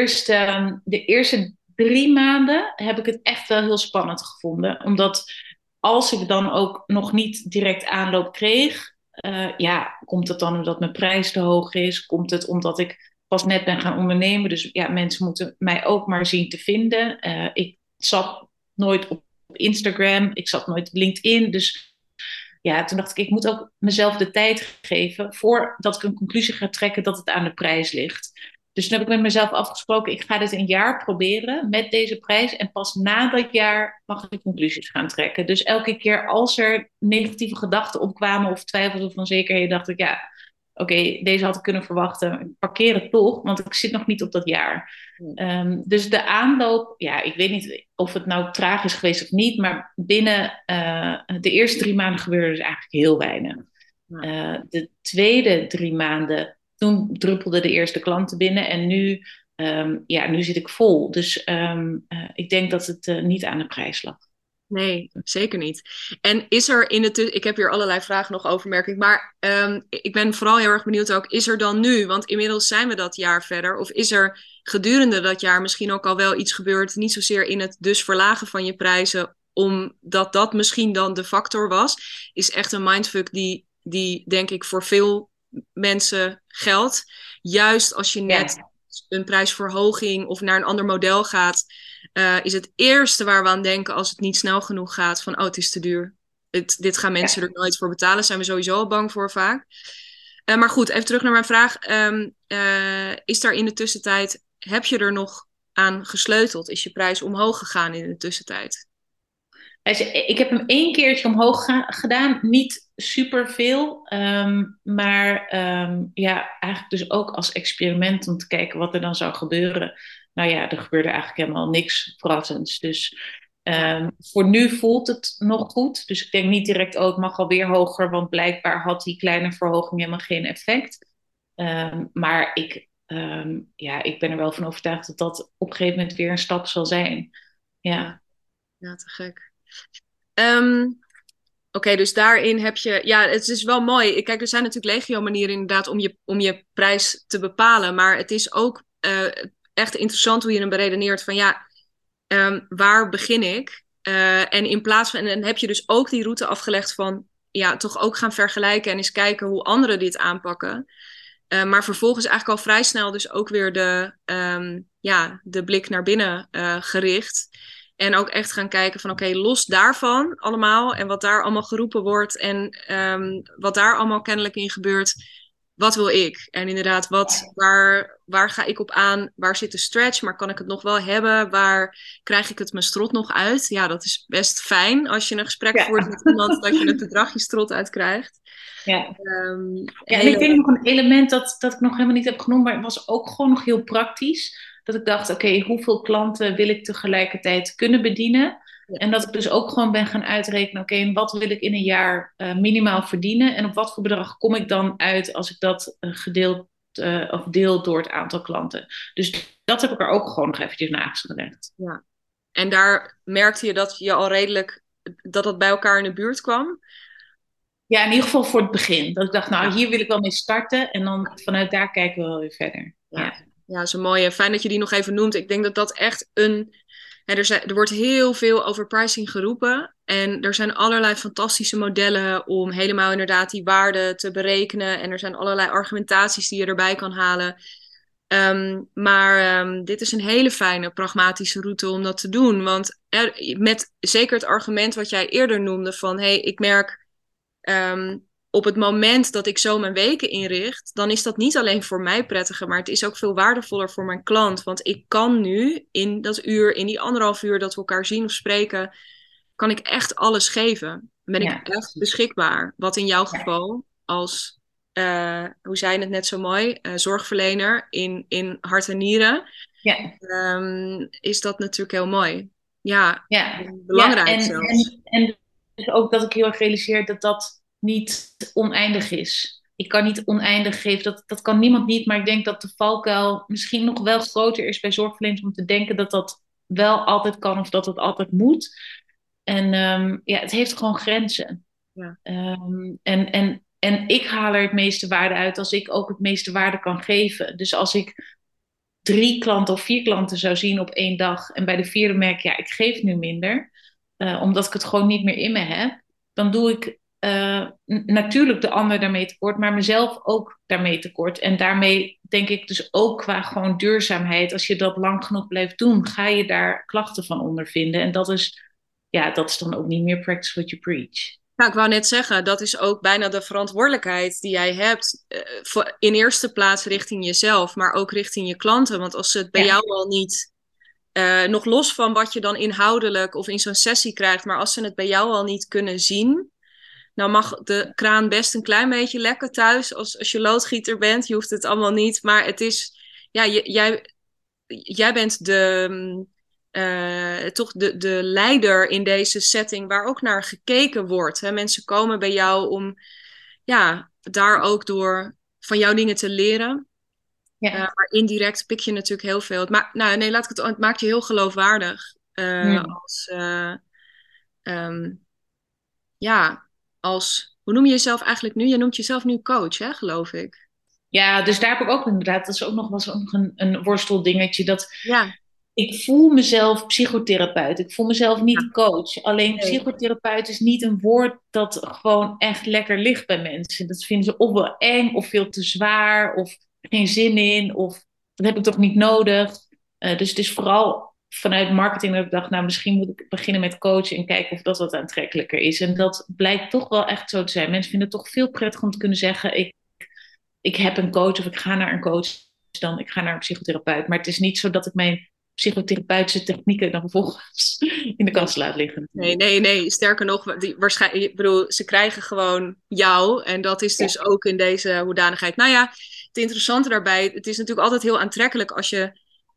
de eerste 3 maanden heb ik het echt wel heel spannend gevonden. Omdat als ik dan ook nog niet direct aanloop kreeg, komt het dan omdat mijn prijs te hoog is? Komt het omdat ik pas net ben gaan ondernemen? Dus ja, mensen moeten mij ook maar zien te vinden. Ik zat nooit op Instagram, ik zat nooit op LinkedIn. Dus ja, toen dacht ik moet ook mezelf de tijd geven voordat ik een conclusie ga trekken dat het aan de prijs ligt. Dus toen heb ik met mezelf afgesproken, ik ga dit een jaar proberen met deze prijs. En pas na dat jaar mag ik conclusies gaan trekken. Dus elke keer als er negatieve gedachten opkwamen of twijfels of onzekerheden, dacht ik, ja, oké, deze had ik kunnen verwachten. Ik parkeer het toch, want ik zit nog niet op dat jaar. Dus de aanloop, ja, ik weet niet of het nou traag is geweest of niet, maar binnen de eerste 3 maanden gebeurde dus eigenlijk heel weinig. De tweede 3 maanden, toen druppelden de eerste klanten binnen en nu zit ik vol. Dus ik denk dat het niet aan de prijs lag. Nee, zeker niet. En is er ik heb hier allerlei vragen nog over, merk ik, maar ik ben vooral heel erg benieuwd ook, is er dan nu, want inmiddels zijn we dat jaar verder, of is er gedurende dat jaar misschien ook al wel iets gebeurd, niet zozeer in het dus verlagen van je prijzen, omdat dat misschien dan de factor was, is echt een mindfuck die denk ik voor veel mensen geldt. Juist als je net Ja, een prijsverhoging of naar een ander model gaat, is het eerste waar we aan denken als het niet snel genoeg gaat van, oh, het is te duur. Dit gaan mensen er ja. nooit voor betalen. Zijn we sowieso al bang voor vaak. Maar goed, even terug naar mijn vraag. Is daar in de tussentijd, heb je er nog aan gesleuteld? Is je prijs omhoog gegaan in de tussentijd? Ik heb hem 1 keertje omhoog gedaan, niet superveel, maar ja, eigenlijk dus ook als experiment om te kijken wat er dan zou gebeuren. Nou ja, er gebeurde eigenlijk helemaal niks verrassends. Dus Ja, voor nu voelt het nog goed. Dus ik denk niet direct, oh, het mag alweer hoger, want blijkbaar had die kleine verhoging helemaal geen effect. Maar ja, ik ben er wel van overtuigd dat dat op een gegeven moment weer een stap zal zijn. Ja. ja, ja, te gek. Ehm, Oké, dus daarin heb je... Ja, het is wel mooi. Kijk, er zijn natuurlijk legio manieren inderdaad om je prijs te bepalen. Maar het is ook echt interessant hoe je hem beredeneert van ja, waar begin ik? En in plaats van... En dan heb je dus ook die route afgelegd van ja, toch ook gaan vergelijken en eens kijken hoe anderen dit aanpakken. Maar vervolgens eigenlijk al vrij snel dus ook weer de blik naar binnen gericht. En ook echt gaan kijken van oké, los daarvan allemaal en wat daar allemaal geroepen wordt en wat daar allemaal kennelijk in gebeurt, wat wil ik? En inderdaad, waar ga ik op aan? Waar zit de stretch? Maar kan ik het nog wel hebben? Waar krijg ik het mijn strot nog uit? Ja, dat is best fijn als je een gesprek Ja. voert met iemand dat je het bedrag je strot uit krijgt. Ja. Ja, en ik denk Hele, nog een element dat ik nog helemaal niet heb genoemd, maar het was ook gewoon nog heel praktisch. Dat ik dacht, oké, hoeveel klanten wil ik tegelijkertijd kunnen bedienen? ja, En dat ik dus ook gewoon ben gaan uitrekenen, oké, en wat wil ik in een jaar minimaal verdienen? En op wat voor bedrag kom ik dan uit als ik dat gedeeld of deel door het aantal klanten? Dus dat heb ik er ook gewoon nog eventjes naast gelegd. ja. En daar merkte je dat je al redelijk dat het bij elkaar in de buurt kwam. Ja, in ieder geval voor het begin. Dat ik dacht, nou, Ja, hier wil ik wel mee starten. En dan vanuit daar kijken we wel weer verder. ja. Ja. Ja, zo mooi. Fijn dat je die nog even noemt. Ik denk dat dat echt een. Hè, er wordt heel veel over pricing geroepen. En er zijn allerlei fantastische modellen om helemaal inderdaad die waarde te berekenen. En er zijn allerlei argumentaties die je erbij kan halen. Maar dit is een hele fijne, pragmatische route om dat te doen. Want met zeker het argument wat jij eerder noemde van hey, ik merk op het moment dat ik zo mijn weken inricht, dan is dat niet alleen voor mij prettiger, maar het is ook veel waardevoller voor mijn klant. Want ik kan nu in dat uur, in die 1,5 uur dat we elkaar zien of spreken, kan ik echt alles geven. Dan ben ik Ja, echt beschikbaar. Wat in jouw ja, geval als, hoe zei je het net zo mooi, zorgverlener in hart en nieren, ja, is dat natuurlijk heel mooi. Ja, ja. Ja, belangrijk en, zelfs. en dus ook dat ik heel erg realiseer dat dat niet oneindig is. Ik kan niet oneindig geven, dat kan niemand niet. Maar ik denk dat de valkuil misschien nog wel groter is bij zorgverleners om te denken dat dat wel altijd kan of dat het altijd moet. En ja, het heeft gewoon grenzen. Ja, En ik haal er het meeste waarde uit als ik ook het meeste waarde kan geven. Dus als ik 3 klanten of 4 klanten zou zien op 1 dag en bij de vierde merk, ja, ik geef nu minder, omdat ik het gewoon niet meer in me heb, dan doe ik natuurlijk de ander daarmee tekort, maar mezelf ook daarmee tekort. En daarmee denk ik dus ook qua gewoon duurzaamheid, als je dat lang genoeg blijft doen, ga je daar klachten van ondervinden. En dat is, ja, dat is dan ook niet meer practice what you preach. Nou, ik wou net zeggen, dat is ook bijna de verantwoordelijkheid die jij hebt. In eerste plaats richting jezelf, maar ook richting je klanten. Want als ze het bij Ja, jou al niet, nog los van wat je dan inhoudelijk of in zo'n sessie krijgt, maar als ze het bij jou al niet kunnen zien, nou mag de kraan best een klein beetje lekker thuis als je loodgieter bent. Je hoeft het allemaal niet, maar het is, ja, jij bent toch de leider in deze setting waar ook naar gekeken wordt. Hè? Mensen komen bij jou om ja, daar ook door van jouw dingen te leren. ja. Maar indirect pik je natuurlijk heel veel. Nou, nee, het maakt je heel geloofwaardig. Hmm. ehm, ja, hoe noem je jezelf eigenlijk nu? Je noemt jezelf nu coach, hè, geloof ik. Ja, dus daar heb ik ook inderdaad, dat is ook nog, was ook nog een worsteldingetje, dat Ja, ik voel mezelf psychotherapeut. Ik voel mezelf ja, niet coach. Alleen nee. psychotherapeut is niet een woord dat gewoon echt lekker ligt bij mensen. Dat vinden ze of wel eng, of veel te zwaar, of geen zin in, of dat heb ik toch niet nodig. Dus het is vooral vanuit marketing dat ik dacht, nou misschien moet ik beginnen met coachen en kijken of dat wat aantrekkelijker is. En dat blijkt toch wel echt zo te zijn. Mensen vinden het toch veel prettiger om te kunnen zeggen, ik heb een coach of ik ga naar een coach dan ik ga naar een psychotherapeut. Maar het is niet zo dat ik mijn psychotherapeutische technieken dan vervolgens in de kast laat liggen. Nee, nee, nee. Sterker nog, waarschijnlijk, ik bedoel, ze krijgen gewoon jou. En dat is Ja, dus ook in deze hoedanigheid. Nou ja, het interessante daarbij, het is natuurlijk altijd heel aantrekkelijk als je,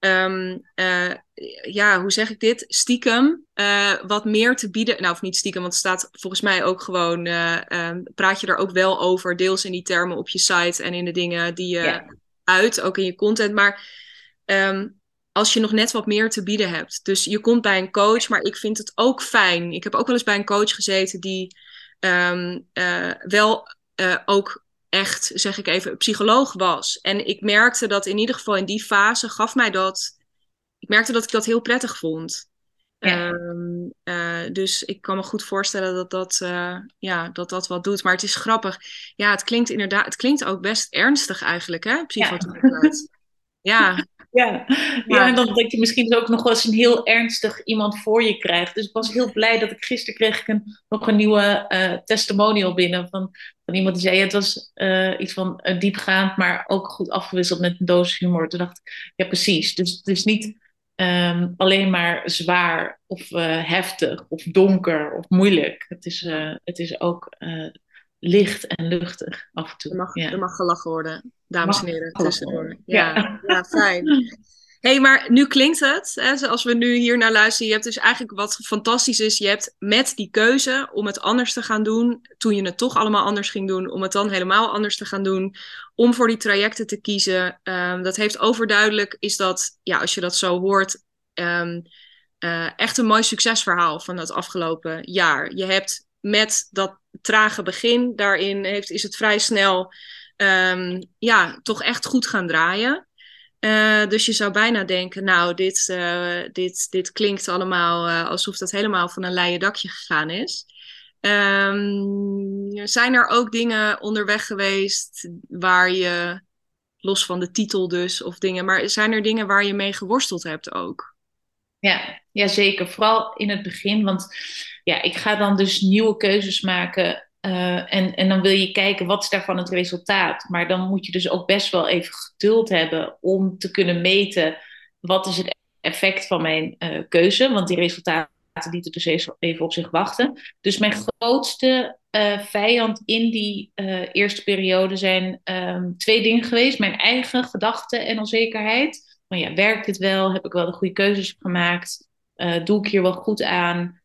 ja, hoe zeg ik dit? Stiekem wat meer te bieden. Nou, of niet stiekem, want het staat volgens mij ook gewoon, praat je er ook wel over, deels in die termen op je site en in de dingen die ja, je uit, ook in je content. Maar ehm, als je nog net wat meer te bieden hebt. Dus je komt bij een coach, maar ik vind het ook fijn. Ik heb ook wel eens bij een coach gezeten die wel ook echt, zeg ik even, een psycholoog was. En ik merkte dat in ieder geval in die fase gaf mij dat. Ik merkte dat ik dat heel prettig vond. ja. Dus ik kan me goed voorstellen ja, dat wat doet. Maar het is grappig. Ja, het klinkt inderdaad, het klinkt ook best ernstig eigenlijk, hè, Ja. psychotherapeut. Ja, Ja. Ja, en ja. dan dat je misschien dus ook nog wel eens een heel ernstig iemand voor je krijgt. Dus ik was heel blij dat ik gisteren kreeg ik nog een nieuwe testimonial binnen van iemand die zei, ja, het was iets van diepgaand, maar ook goed afgewisseld met een dosis humor. Toen dacht ik, ja precies. Dus het is niet alleen maar zwaar of heftig of donker of moeilijk. Het is ook licht en luchtig af en toe. Er Ja. mag gelachen worden, dames en Mag heren, gelachen tussendoor. worden. Ja, Ja. ja, fijn. Hé, maar nu klinkt het, hè, zoals we nu hier naar luisteren. Je hebt dus eigenlijk wat fantastisch is. Je hebt met die keuze om het anders te gaan doen, toen je het toch allemaal anders ging doen, om het dan helemaal anders te gaan doen, om voor die trajecten te kiezen. Dat heeft overduidelijk, is dat, ja, als je dat zo hoort, ehm, echt een mooi succesverhaal van het afgelopen jaar. Je hebt met dat trage begin, is het vrij snel ja, toch echt goed gaan draaien. Dus je zou bijna denken, nou, dit klinkt allemaal alsof dat helemaal van een leien dakje gegaan is. Zijn er ook dingen onderweg geweest waar je, los van de titel dus, of dingen, maar zijn er dingen waar je mee geworsteld hebt ook? Ja, ja, zeker. Vooral in het begin. Want ja, ik ga dan dus nieuwe keuzes maken. En dan wil je kijken wat is daarvan het resultaat. Maar dan moet je dus ook best wel even geduld hebben om te kunnen meten wat is het effect van mijn keuze. Want die resultaten lieten dus even op zich wachten. Dus mijn grootste vijand in die eerste periode zijn twee dingen geweest. Mijn eigen gedachten en onzekerheid. Van ja, werkt dit wel? Heb ik wel de goede keuzes gemaakt? Doe ik hier wel goed aan?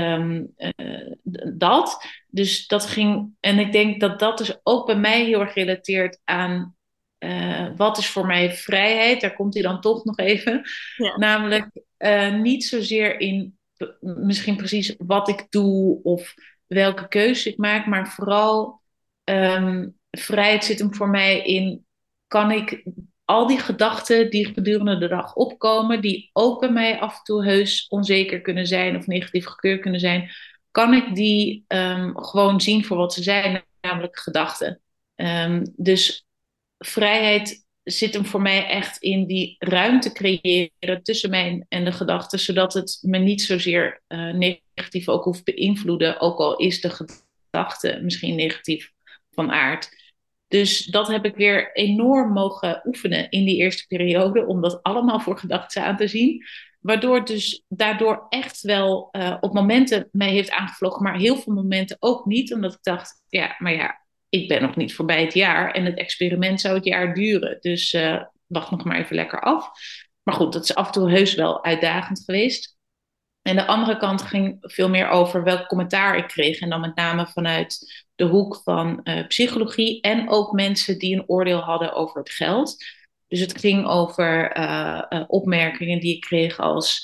Dat. Dus dat ging. En ik denk dat dat dus ook bij mij heel erg relateert aan wat is voor mij vrijheid. Daar komt hij dan toch nog even. Ja. Namelijk niet zozeer in misschien precies wat ik doe of welke keuze ik maak, maar vooral vrijheid zit hem voor mij in, kan ik al die gedachten die gedurende de dag opkomen, die ook bij mij af en toe heus onzeker kunnen zijn of negatief gekleurd kunnen zijn, kan ik die gewoon zien voor wat ze zijn, namelijk gedachten. Dus vrijheid zit hem voor mij echt in die ruimte creëren tussen mij en de gedachten, zodat het me niet zozeer negatief ook hoeft beïnvloeden, ook al is de gedachte misschien negatief van aard. Dus dat heb ik weer enorm mogen oefenen in die eerste periode, om dat allemaal voor gedachten aan te zien. Waardoor het dus daardoor echt wel op momenten mij heeft aangevlogen, maar heel veel momenten ook niet. Omdat ik dacht, ja, maar ja, ik ben nog niet voorbij het jaar en het experiment zou het jaar duren. Dus wacht nog maar even lekker af. Maar goed, dat is af en toe heus wel uitdagend geweest. En de andere kant ging veel meer over welk commentaar ik kreeg. En dan met name vanuit de hoek van psychologie. En ook mensen die een oordeel hadden over het geld. Dus het ging over opmerkingen die ik kreeg als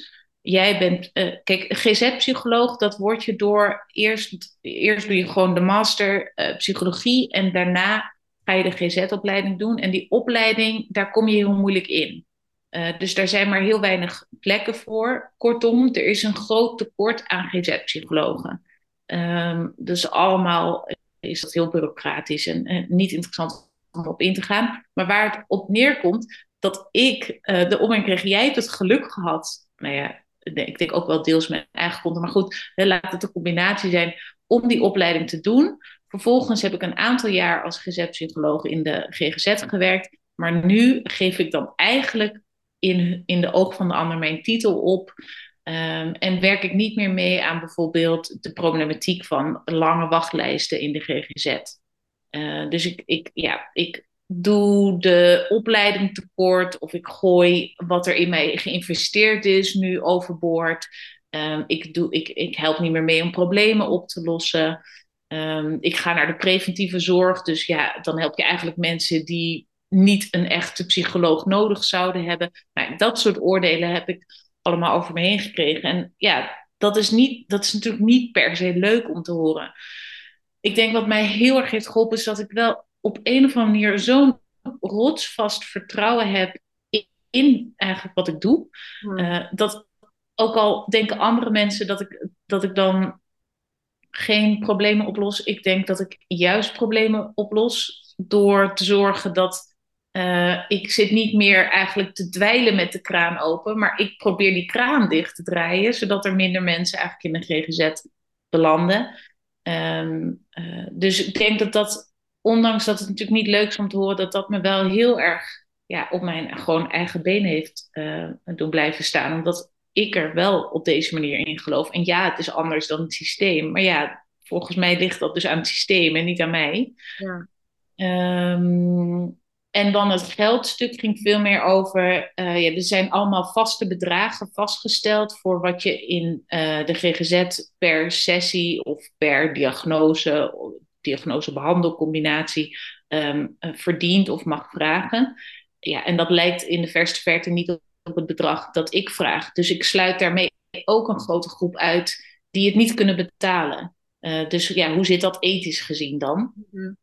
jij bent, kijk, GZ-psycholoog, dat word je door, eerst doe je gewoon de master psychologie en daarna ga je de GZ-opleiding doen. En die opleiding, daar kom je heel moeilijk in. Dus daar zijn maar heel weinig plekken voor. Kortom, er is een groot tekort aan GZ-psychologen. Dus allemaal is dat heel bureaucratisch en niet interessant om op in te gaan. Maar waar het op neerkomt, dat ik de opmerking kreeg, jij hebt het geluk gehad. Nou ja, ik denk ook wel deels mijn eigen konten. Maar goed, laat het een combinatie zijn om die opleiding te doen. Vervolgens heb ik een aantal jaar als GZ-psycholoog in de GGZ gewerkt. Maar nu geef ik dan eigenlijk in de oog van de ander mijn titel op. En werk ik niet meer mee aan bijvoorbeeld de problematiek van lange wachtlijsten in de GGZ. Dus ik doe de opleiding tekort of ik gooi wat er in mij geïnvesteerd is nu overboord. Ik help niet meer mee om problemen op te lossen. Ik ga naar de preventieve zorg. Dus ja, dan help je eigenlijk mensen die niet een echte psycholoog nodig zouden hebben. Nou, dat soort oordelen heb ik allemaal over me heen gekregen. En ja, dat is natuurlijk niet per se leuk om te horen. Ik denk wat mij heel erg heeft geholpen is dat ik wel op een of andere manier zo'n rotsvast vertrouwen heb in eigenlijk wat ik doe. Dat ook al denken andere mensen dat ik dan geen problemen oplos. Ik denk dat ik juist problemen oplos door te zorgen dat ik zit niet meer eigenlijk te dweilen met de kraan open, maar ik probeer die kraan dicht te draaien, zodat er minder mensen eigenlijk in de GGZ belanden. Dus ik denk dat, ondanks dat het natuurlijk niet leuk is om te horen, dat me wel heel erg op mijn gewoon eigen benen heeft doen blijven staan. Omdat ik er wel op deze manier in geloof. En ja, het is anders dan het systeem. Maar ja, volgens mij ligt dat dus aan het systeem en niet aan mij. Ja. En dan het geldstuk ging veel meer over. Er zijn allemaal vaste bedragen vastgesteld voor wat je in de GGZ per sessie of per diagnose-behandelcombinatie verdient of mag vragen. Ja, en dat lijkt in de verste verte niet op het bedrag dat ik vraag. Dus ik sluit daarmee ook een grote groep uit die het niet kunnen betalen. Dus ja, hoe zit dat ethisch gezien dan? Mm-hmm.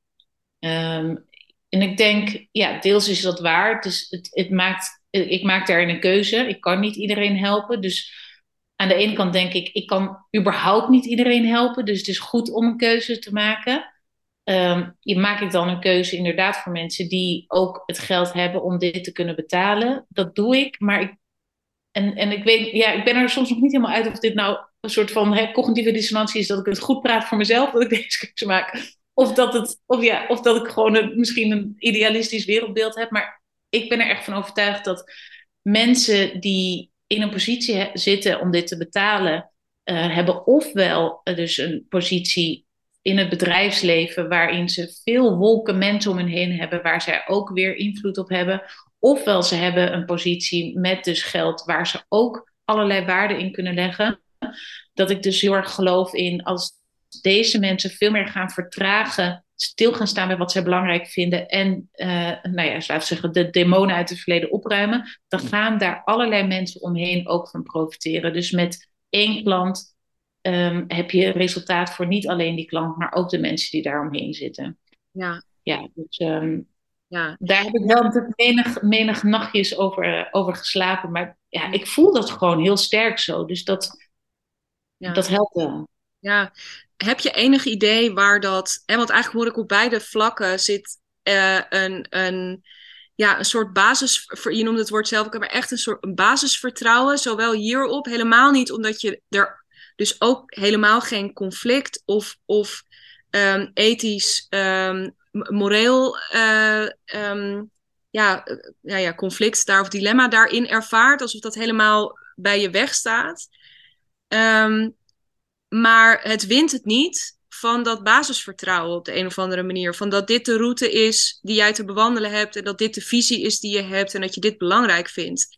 En ik denk, ja, deels is dat waar. Dus ik maak daarin een keuze. Ik kan niet iedereen helpen. Dus aan de ene kant denk ik kan überhaupt niet iedereen helpen. Dus het is goed om een keuze te maken. Maak ik dan een keuze inderdaad voor mensen die ook het geld hebben om dit te kunnen betalen. Dat doe ik. Maar ik weet, ja, ik ben er soms nog niet helemaal uit of dit nou een soort van cognitieve dissonantie is, dat ik het goed praat voor mezelf, dat ik deze keuze maak. Of dat ik gewoon misschien een idealistisch wereldbeeld heb. Maar ik ben er echt van overtuigd dat mensen die in een positie zitten om dit te betalen, hebben ofwel dus een positie in het bedrijfsleven waarin ze veel wolken mensen om hen heen hebben, waar zij ook weer invloed op hebben. Ofwel ze hebben een positie met dus geld waar ze ook allerlei waarden in kunnen leggen. Dat ik dus heel erg geloof in als deze mensen veel meer gaan vertragen, stil gaan staan bij wat zij belangrijk vinden en, laten we zeggen, de demonen uit het verleden opruimen, dan gaan daar allerlei mensen omheen ook van profiteren. Dus met één klant heb je resultaat voor niet alleen die klant, maar ook de mensen die daar omheen zitten. Ja. Ja, dus daar heb ik wel natuurlijk menig nachtjes over geslapen, maar ja, ik voel dat gewoon heel sterk zo. Dus dat helpt wel. Ja, heb je enig idee waar dat... want eigenlijk hoor ik op beide vlakken zit een soort basis... Je noemde het woord zelf ook, maar echt een soort basisvertrouwen. Zowel hierop, helemaal niet omdat je er... Dus ook helemaal geen conflict of ethisch, moreel... conflict daar of dilemma daarin ervaart. Alsof dat helemaal bij je wegstaat. Maar het wint het niet van dat basisvertrouwen op de een of andere manier. Van dat dit de route is die jij te bewandelen hebt. En dat dit de visie is die je hebt. En dat je dit belangrijk vindt.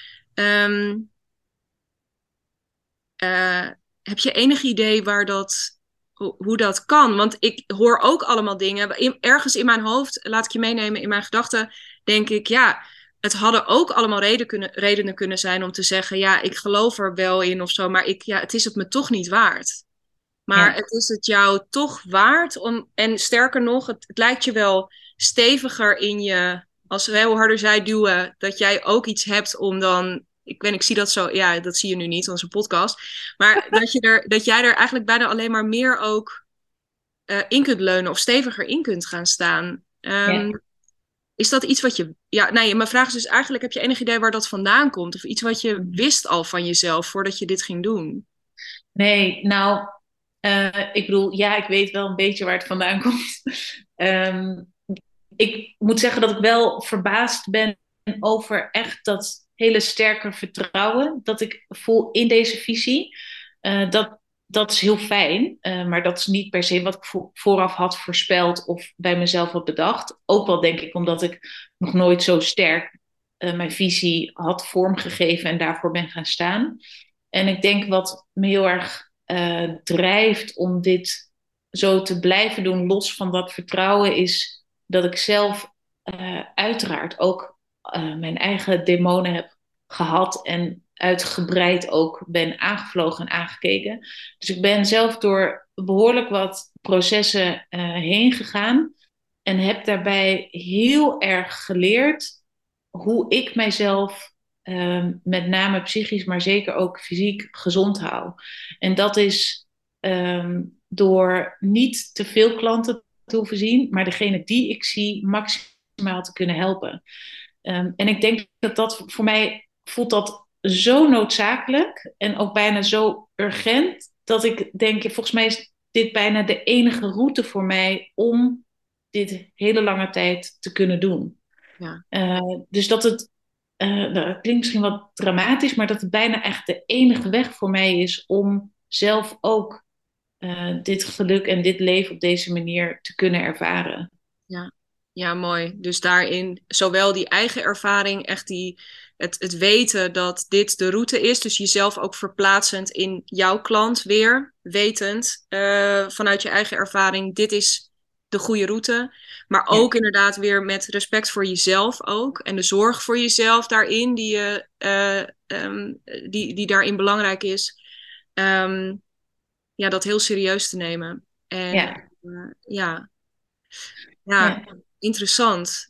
Heb je enig idee hoe dat kan? Want ik hoor ook allemaal dingen. Ergens in mijn hoofd, laat ik je meenemen in mijn gedachten, denk ik, het hadden ook allemaal redenen kunnen zijn om te zeggen, ja, ik geloof er wel in of zo, maar het is het me toch niet waard. Maar Ja, het is het jou toch waard om, en sterker nog, het lijkt je wel steviger in je, als we heel harder zij duwen, dat jij ook iets hebt om dan, ik zie dat zo, ja, dat zie je nu niet, onze podcast, maar dat jij er eigenlijk bijna alleen maar meer ook in kunt leunen of steviger in kunt gaan staan. ja. Is dat iets wat je, ja, nee, mijn vraag is dus eigenlijk, heb je enig idee waar dat vandaan komt? Of iets wat je wist al van jezelf voordat je dit ging doen? Nee, nou, ik bedoel, ja, ik weet wel een beetje waar het vandaan komt. Ehm, ik moet zeggen dat ik wel verbaasd ben over echt dat hele sterke vertrouwen dat ik voel in deze visie. Dat is heel fijn, maar dat is niet per se wat ik vooraf had voorspeld of bij mezelf had bedacht. Ook wel denk ik omdat ik nog nooit zo sterk mijn visie had vormgegeven en daarvoor ben gaan staan. En ik denk wat me heel erg drijft om dit zo te blijven doen, los van dat vertrouwen, is dat ik zelf uiteraard ook mijn eigen demonen heb gehad en uitgebreid ook ben aangevlogen en aangekeken. Dus ik ben zelf door behoorlijk wat processen heen gegaan en heb daarbij heel erg geleerd hoe ik mijzelf met name psychisch, maar zeker ook fysiek gezond hou. En dat is door niet te veel klanten te hoeven zien, maar degene die ik zie maximaal te kunnen helpen. En ik denk dat dat voor mij voelt dat zo noodzakelijk en ook bijna zo urgent, dat ik denk, volgens mij is dit bijna de enige route voor mij om dit hele lange tijd te kunnen doen. Ja. Dus dat het, het klinkt misschien wat dramatisch, maar dat het bijna echt de enige weg voor mij is om zelf ook dit geluk en dit leven op deze manier te kunnen ervaren. Ja, ja, mooi. Dus daarin zowel die eigen ervaring, echt het weten dat dit de route is. Dus jezelf ook verplaatsend in jouw klant weer. Wetend vanuit je eigen ervaring, dit is de goede route. Maar Ja, ook inderdaad weer met respect voor jezelf ook. En de zorg voor jezelf daarin, die daarin belangrijk is. Ehm, ja, dat heel serieus te nemen. En ja, ja. Ja, ja, interessant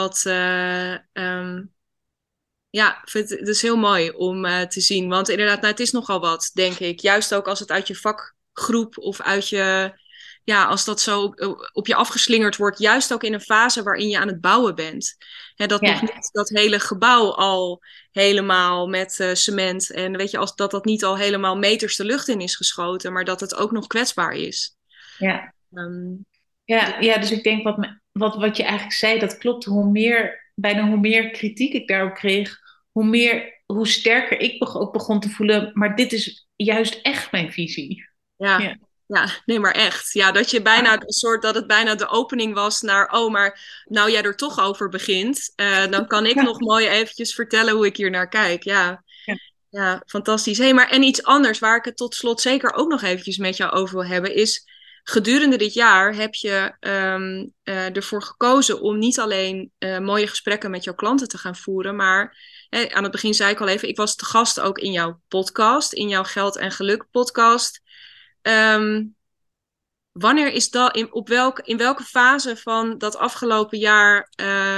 ja, ik vind het is heel mooi om te zien. Want inderdaad, nou, het is nogal wat, denk ik. Juist ook als het uit je vakgroep of uit je... Ja, als dat zo op je afgeslingerd wordt. Juist ook in een fase waarin je aan het bouwen bent. Hè, dat nog ja, niet dat hele gebouw al helemaal met cement... En weet je, als dat niet al helemaal meters de lucht in is geschoten. Maar dat het ook nog kwetsbaar is. ja. Ehm, Ja, ja, dus ik denk wat je eigenlijk zei, dat klopt. Bijna hoe meer kritiek ik daarop kreeg, hoe sterker ik ook begon te voelen. Maar dit is juist echt mijn visie. Ja, Ja, ja, nee, maar echt. Ja, dat het bijna de opening was naar, oh, maar nou jij er toch over begint, dan kan ik ja, nog mooi eventjes vertellen hoe ik hier naar kijk. Ja, ja, ja, fantastisch. Hé, maar en iets anders waar ik het tot slot zeker ook nog eventjes met jou over wil hebben, is gedurende dit jaar heb je ervoor gekozen om niet alleen mooie gesprekken met jouw klanten te gaan voeren, maar aan het begin zei ik al even, ik was te gast ook in jouw podcast, in jouw Geld en Geluk podcast. Um, wanneer is dat, in welke fase van dat afgelopen jaar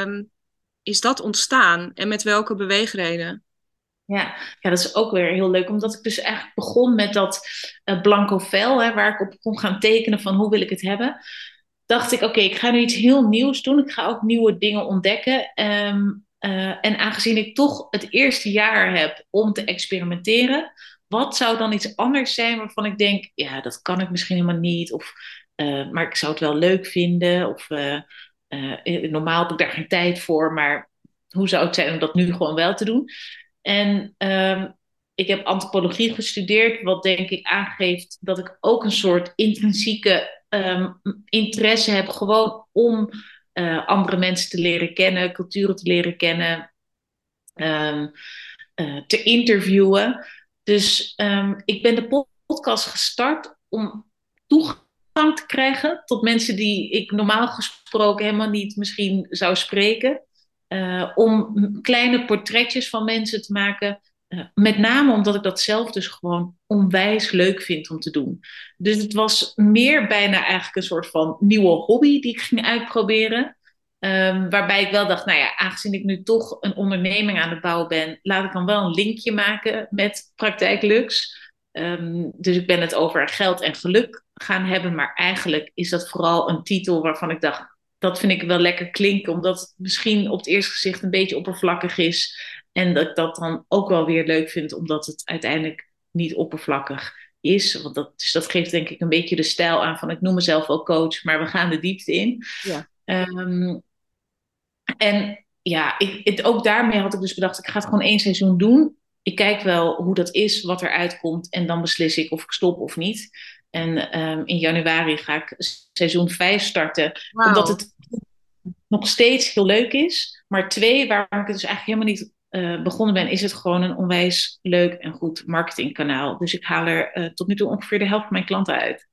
is dat ontstaan en met welke beweegreden? ja. Ja, dat is ook weer heel leuk, omdat ik dus eigenlijk begon met dat blanco vel, hè, waar ik op kon gaan tekenen van hoe wil ik het hebben. Dacht ik, oké, ik ga nu iets heel nieuws doen. Ik ga ook nieuwe dingen ontdekken. En aangezien ik toch het eerste jaar heb om te experimenteren, wat zou dan iets anders zijn waarvan ik denk, ja, dat kan ik misschien helemaal niet. Of, maar ik zou het wel leuk vinden. Of normaal heb ik daar geen tijd voor, maar hoe zou het zijn om dat nu gewoon wel te doen? En ik heb antropologie gestudeerd, wat denk ik aangeeft dat ik ook een soort intrinsieke interesse heb, gewoon om andere mensen te leren kennen, culturen te leren kennen, um, te interviewen. Dus ik ben de podcast gestart om toegang te krijgen tot mensen die ik normaal gesproken helemaal niet misschien zou spreken. om kleine portretjes van mensen te maken. Met name omdat ik dat zelf dus gewoon onwijs leuk vind om te doen. Dus het was meer bijna eigenlijk een soort van nieuwe hobby die ik ging uitproberen. Waarbij ik wel dacht, nou ja, aangezien ik nu toch een onderneming aan het bouwen ben, laat ik dan wel een linkje maken met Praktijk Lux. Dus ik ben het over geld en geluk gaan hebben, maar eigenlijk is dat vooral een titel waarvan ik dacht, dat vind ik wel lekker klinken, omdat het misschien op het eerste gezicht een beetje oppervlakkig is. En dat ik dat dan ook wel weer leuk vind, omdat het uiteindelijk niet oppervlakkig is. Dus dat geeft denk ik een beetje de stijl aan van ik noem mezelf wel coach, maar we gaan de diepte in. Ja. En ja, ook daarmee had ik dus bedacht, ik ga het gewoon 1 seizoen doen. Ik kijk wel hoe dat is, wat eruit komt. En dan beslis ik of ik stop of niet. En in januari ga ik seizoen 5 starten. Omdat Wauw. het nog steeds heel leuk is. Maar 2, waarom ik het dus eigenlijk helemaal niet begonnen ben, is het gewoon een onwijs leuk en goed marketingkanaal. Dus ik haal er tot nu toe ongeveer de helft van mijn klanten uit.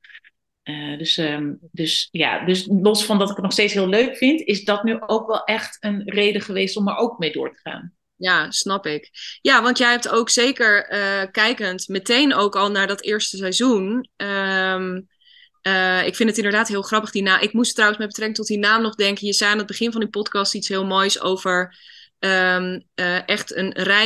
Dus los van dat ik het nog steeds heel leuk vind, is dat nu ook wel echt een reden geweest om er ook mee door te gaan. Ja, snap ik. Ja, want jij hebt ook zeker kijkend meteen ook al naar dat eerste seizoen. Ik vind het inderdaad heel grappig, die naam. Ik moest trouwens met betrekking tot die naam nog denken. Je zei aan het begin van die podcast iets heel moois over echt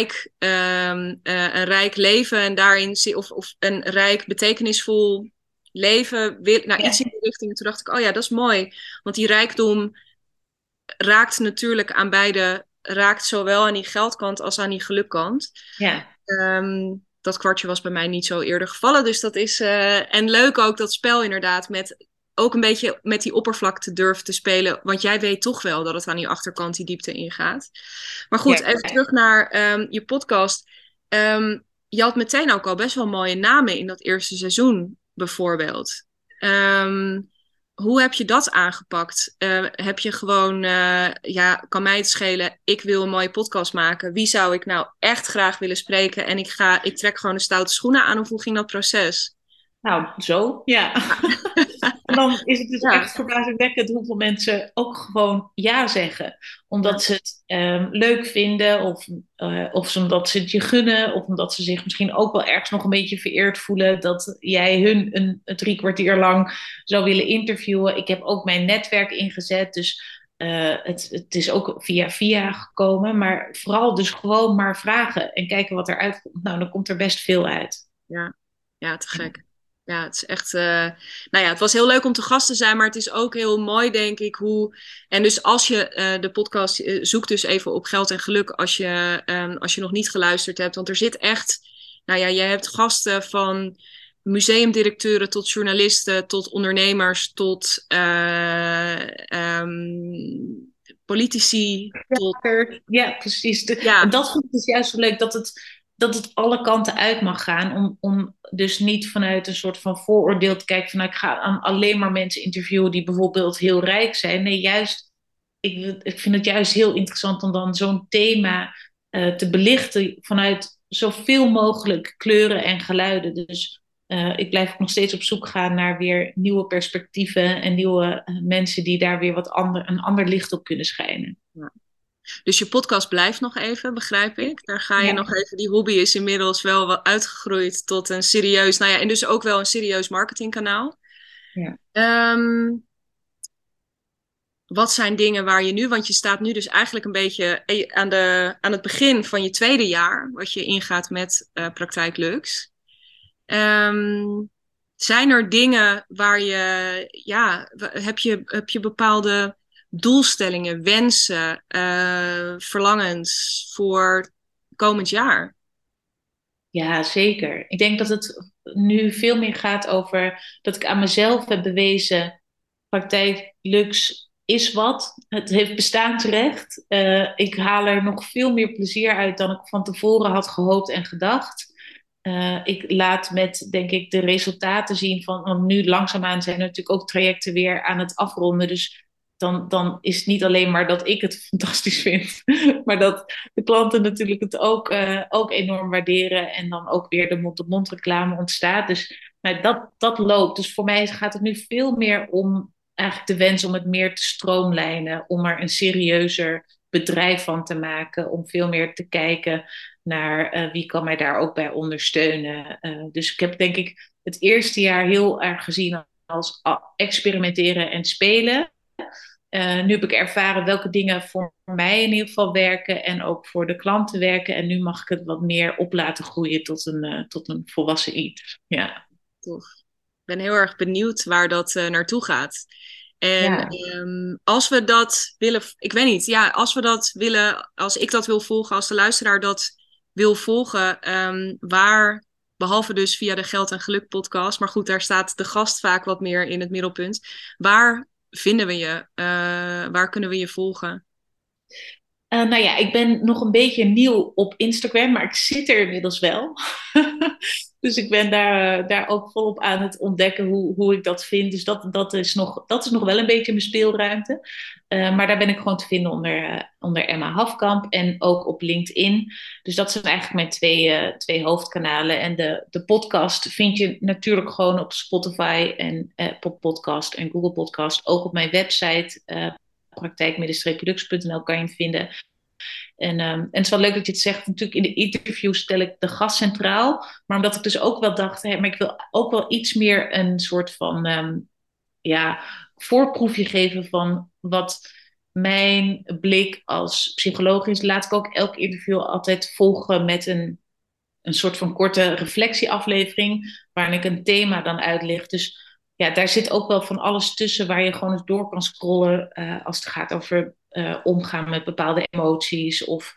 een rijk leven en daarin, of een rijk betekenisvol leven. Nou, Ja, iets in die richting. En toen dacht ik, oh ja, dat is mooi. Want die rijkdom raakt natuurlijk aan beide, raakt zowel aan die geldkant als aan die gelukkant. ja, Dat kwartje was bij mij niet zo eerder gevallen. Dus dat is. En leuk ook dat spel inderdaad. Met ook een beetje met die oppervlakte durven te spelen. Want jij weet toch wel dat het aan die achterkant die diepte ingaat. Maar goed, ja. even terug naar je podcast. Je had meteen ook al best wel mooie namen in dat eerste seizoen, bijvoorbeeld. Hoe heb je dat aangepakt? Heb je gewoon, ja, kan mij het schelen, ik wil een mooie podcast maken. Wie zou ik nou echt graag willen spreken? En ik trek gewoon de stoute schoenen aan. Of hoe ging dat proces? Nou, zo, ja. En dan is het dus Ja, echt verbazingwekkend hoeveel mensen ook gewoon ja zeggen. ja, Omdat ze het leuk vinden, of omdat ze het je gunnen, of omdat ze zich misschien ook wel ergens nog een beetje vereerd voelen dat jij hun een 3 kwartier lang zou willen interviewen. Ik heb ook mijn netwerk ingezet, dus het is ook via gekomen. Maar vooral dus gewoon maar vragen en kijken wat eruit komt. Nou, dan komt er best veel uit. ja, ja, te Ja, gek. Ja, het is echt. Nou ja, het was heel leuk om te gast te zijn, maar het is ook heel mooi, denk ik, hoe. En dus als je de podcast zoekt, dus even op geld en geluk, als je nog niet geluisterd hebt, want er zit echt. Nou ja, je hebt gasten van museumdirecteuren tot journalisten, tot ondernemers, tot politici, tot. ja, precies. En Ja, dat vind ik dus juist zo leuk, dat het alle kanten uit mag gaan. Om dus niet vanuit een soort van vooroordeel te kijken van nou, ik ga alleen maar mensen interviewen die bijvoorbeeld heel rijk zijn. Nee, juist, ik vind het juist heel interessant om dan zo'n thema te belichten vanuit zoveel mogelijk kleuren en geluiden. Dus ik blijf ook nog steeds op zoek gaan naar weer nieuwe perspectieven en nieuwe mensen die daar weer een ander licht op kunnen schijnen. ja. Dus je podcast blijft nog even, begrijp ik. Daar ga je Ja, nog even. Die hobby is inmiddels wel uitgegroeid tot een serieus, nou ja, en dus ook wel een serieus marketingkanaal. ja. Ehm, wat zijn dingen waar je nu, want je staat nu dus eigenlijk een beetje aan het begin van je tweede jaar, wat je ingaat met Praktijk Lux. Ehm, zijn er dingen waar je, ja, heb je bepaalde doelstellingen, wensen, verlangens voor komend jaar? Ja, zeker. Ik denk dat het nu veel meer gaat over dat ik aan mezelf heb bewezen, praktijk Lux is wat. Het heeft bestaansrecht. Ik haal er nog veel meer plezier uit dan ik van tevoren had gehoopt en gedacht. Ik laat met, denk ik, de resultaten zien van, want nu langzaamaan zijn er natuurlijk ook trajecten weer aan het afronden. Dus dan is het niet alleen maar dat ik het fantastisch vind, maar dat de klanten natuurlijk het ook enorm waarderen en dan ook weer de mond-op-mond reclame ontstaat. Dus nou, dat loopt. Dus voor mij gaat het nu veel meer om eigenlijk de wens om het meer te stroomlijnen, om er een serieuzer bedrijf van te maken. Om veel meer te kijken naar wie kan mij daar ook bij ondersteunen. Dus ik heb denk ik het eerste jaar heel erg gezien als experimenteren en spelen. Nu heb ik ervaren welke dingen voor mij in ieder geval werken en ook voor de klanten werken. En nu mag ik het wat meer op laten groeien tot een volwassen iets. Ja. Tof. Ik ben heel erg benieuwd waar dat naartoe gaat. En Ja. als we dat willen, ik weet niet, ja, als we dat willen, als ik dat wil volgen, als de luisteraar dat wil volgen, waar, behalve dus via de Geld en Geluk podcast, maar goed, daar staat de gast vaak wat meer in het middelpunt. Waar vinden we je? Waar kunnen we je volgen? Nou ja, ik ben nog een beetje nieuw op Instagram, maar ik zit er inmiddels wel. Dus ik ben daar ook volop aan het ontdekken hoe ik dat vind. Dus dat is nog wel een beetje mijn speelruimte. Maar daar ben ik gewoon te vinden onder Emma Hafkamp en ook op LinkedIn. Dus dat zijn eigenlijk mijn twee hoofdkanalen. En de podcast vind je natuurlijk gewoon op Spotify en Podcast en Google Podcast. Ook op mijn website praktijk-lux.nl kan je hem vinden. En het is wel leuk dat je het zegt. Natuurlijk in de interview stel ik de gast centraal. Maar omdat ik dus ook wel dacht, maar ik wil ook wel iets meer een soort van voorproefje geven van wat mijn blik als psycholoog is. Laat ik ook elk interview altijd volgen met een soort van korte reflectieaflevering. Waarin ik een thema dan uitlicht. Dus ja, daar zit ook wel van alles tussen waar je gewoon eens door kan scrollen als het gaat over omgaan met bepaalde emoties of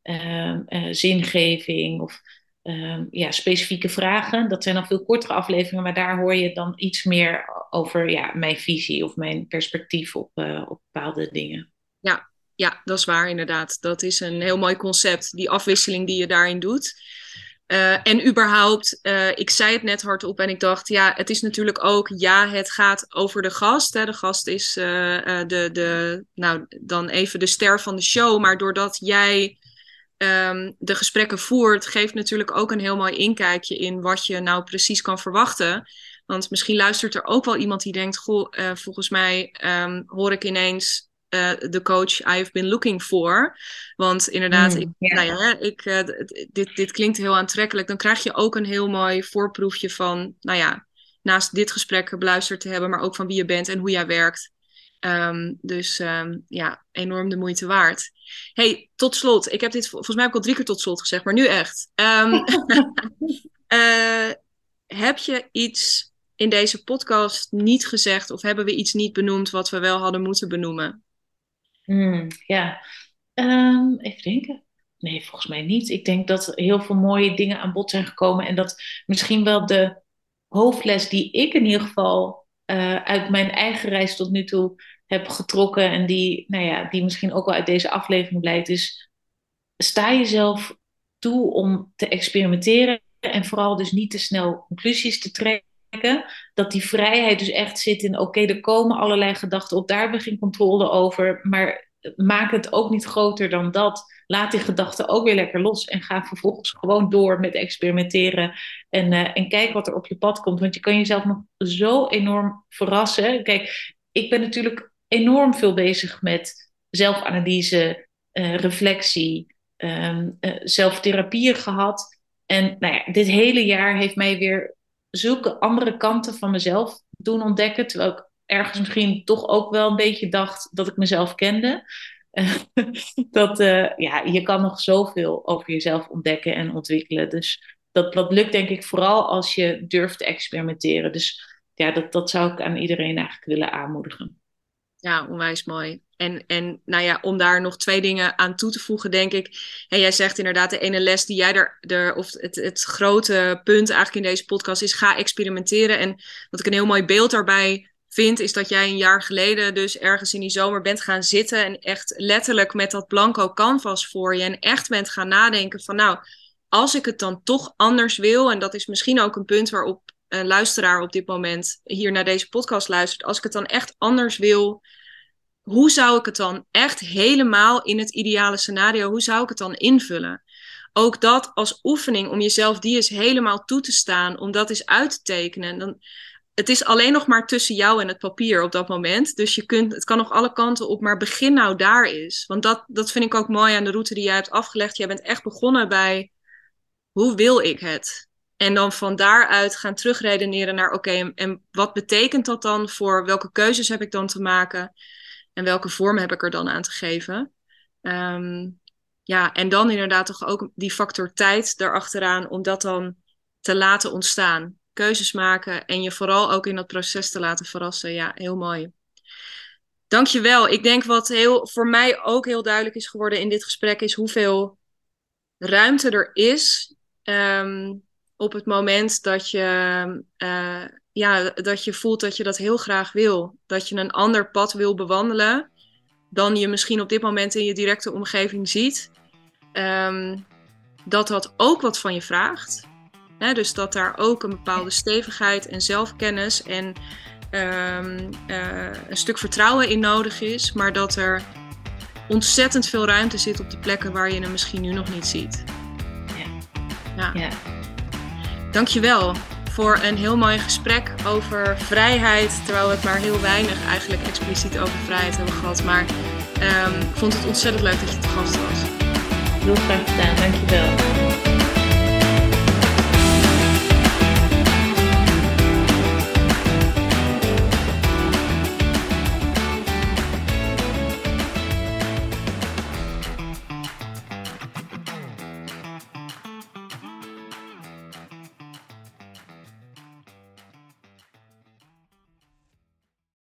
zingeving of specifieke vragen. Dat zijn dan veel kortere afleveringen, maar daar hoor je dan iets meer over mijn visie of mijn perspectief op bepaalde dingen. Ja, dat is waar inderdaad. Dat is een heel mooi concept, die afwisseling die je daarin doet. En überhaupt, ik zei het net hardop en ik dacht, ja, het is natuurlijk ook, het gaat over de gast. Hè. De gast is dan even de ster van de show. Maar doordat jij de gesprekken voert, geeft natuurlijk ook een heel mooi inkijkje in wat je nou precies kan verwachten. Want misschien luistert er ook wel iemand die denkt, goh, volgens mij hoor ik ineens de coach I've been looking for. Want inderdaad, dit klinkt heel aantrekkelijk. Dan krijg je ook een heel mooi voorproefje van, naast dit gesprek beluisterd te hebben, maar ook van wie je bent en hoe jij werkt. Enorm de moeite waard. Hey, tot slot. Ik heb dit, volgens mij heb ik al 3 keer tot slot gezegd, maar nu echt. Heb je iets in deze podcast niet gezegd of hebben we iets niet benoemd wat we wel hadden moeten benoemen? Even denken. Nee, volgens mij niet. Ik denk dat heel veel mooie dingen aan bod zijn gekomen en dat misschien wel de hoofdles die ik in ieder geval uit mijn eigen reis tot nu toe heb getrokken en die misschien ook wel uit deze aflevering blijkt, is sta jezelf toe om te experimenteren en vooral dus niet te snel conclusies te trekken. Dat die vrijheid dus echt zit in, oké, er komen allerlei gedachten op, daar hebben we geen controle over, maar maak het ook niet groter dan dat. Laat die gedachten ook weer lekker los en ga vervolgens gewoon door met experimenteren en kijk wat er op je pad komt. Want je kan jezelf nog zo enorm verrassen. Kijk, ik ben natuurlijk enorm veel bezig met zelfanalyse, reflectie, zelftherapie gehad. En dit hele jaar heeft mij weer zulke andere kanten van mezelf doen ontdekken. Terwijl ik ergens misschien toch ook wel een beetje dacht dat ik mezelf kende. Je kan nog zoveel over jezelf ontdekken en ontwikkelen. Dus dat lukt denk ik vooral als je durft te experimenteren. Dus ja, dat zou ik aan iedereen eigenlijk willen aanmoedigen. Ja, onwijs mooi. En om daar nog 2 dingen aan toe te voegen, denk ik. En jij zegt inderdaad, de ene les die jij het grote punt eigenlijk in deze podcast is, ga experimenteren. En wat ik een heel mooi beeld daarbij vind, is dat jij een jaar geleden dus ergens in die zomer bent gaan zitten en echt letterlijk met dat blanco canvas voor je en echt bent gaan nadenken van, als ik het dan toch anders wil, en dat is misschien ook een punt waarop een luisteraar op dit moment hier naar deze podcast luistert, als ik het dan echt anders wil, hoe zou ik het dan echt helemaal in het ideale scenario, hoe zou ik het dan invullen? Ook dat als oefening om jezelf die eens helemaal toe te staan, om dat eens uit te tekenen. Dan, het is alleen nog maar tussen jou en het papier op dat moment. Dus het kan nog alle kanten op, maar begin nou daar eens. Want dat vind ik ook mooi aan de route die jij hebt afgelegd. Jij bent echt begonnen bij, hoe wil ik het? En dan van daaruit gaan terugredeneren naar, oké, en wat betekent dat dan voor welke keuzes heb ik dan te maken? En welke vorm heb ik er dan aan te geven? En dan inderdaad toch ook die factor tijd daarachteraan om dat dan te laten ontstaan. Keuzes maken en je vooral ook in dat proces te laten verrassen. Ja, heel mooi. Dankjewel. Ik denk wat voor mij ook heel duidelijk is geworden in dit gesprek is hoeveel ruimte er is op het moment dat dat je voelt dat je dat heel graag wil. Dat je een ander pad wil bewandelen dan je misschien op dit moment in je directe omgeving ziet. Dat ook wat van je vraagt. Hè? Dus dat daar ook een bepaalde stevigheid en zelfkennis en een stuk vertrouwen in nodig is. Maar dat er ontzettend veel ruimte zit op de plekken waar je hem misschien nu nog niet ziet. Ja. Dankjewel voor een heel mooi gesprek over vrijheid. Terwijl we het maar heel weinig eigenlijk expliciet over vrijheid hebben gehad. Maar ik vond het ontzettend leuk dat je te gast was. Heel graag gedaan, dankjewel.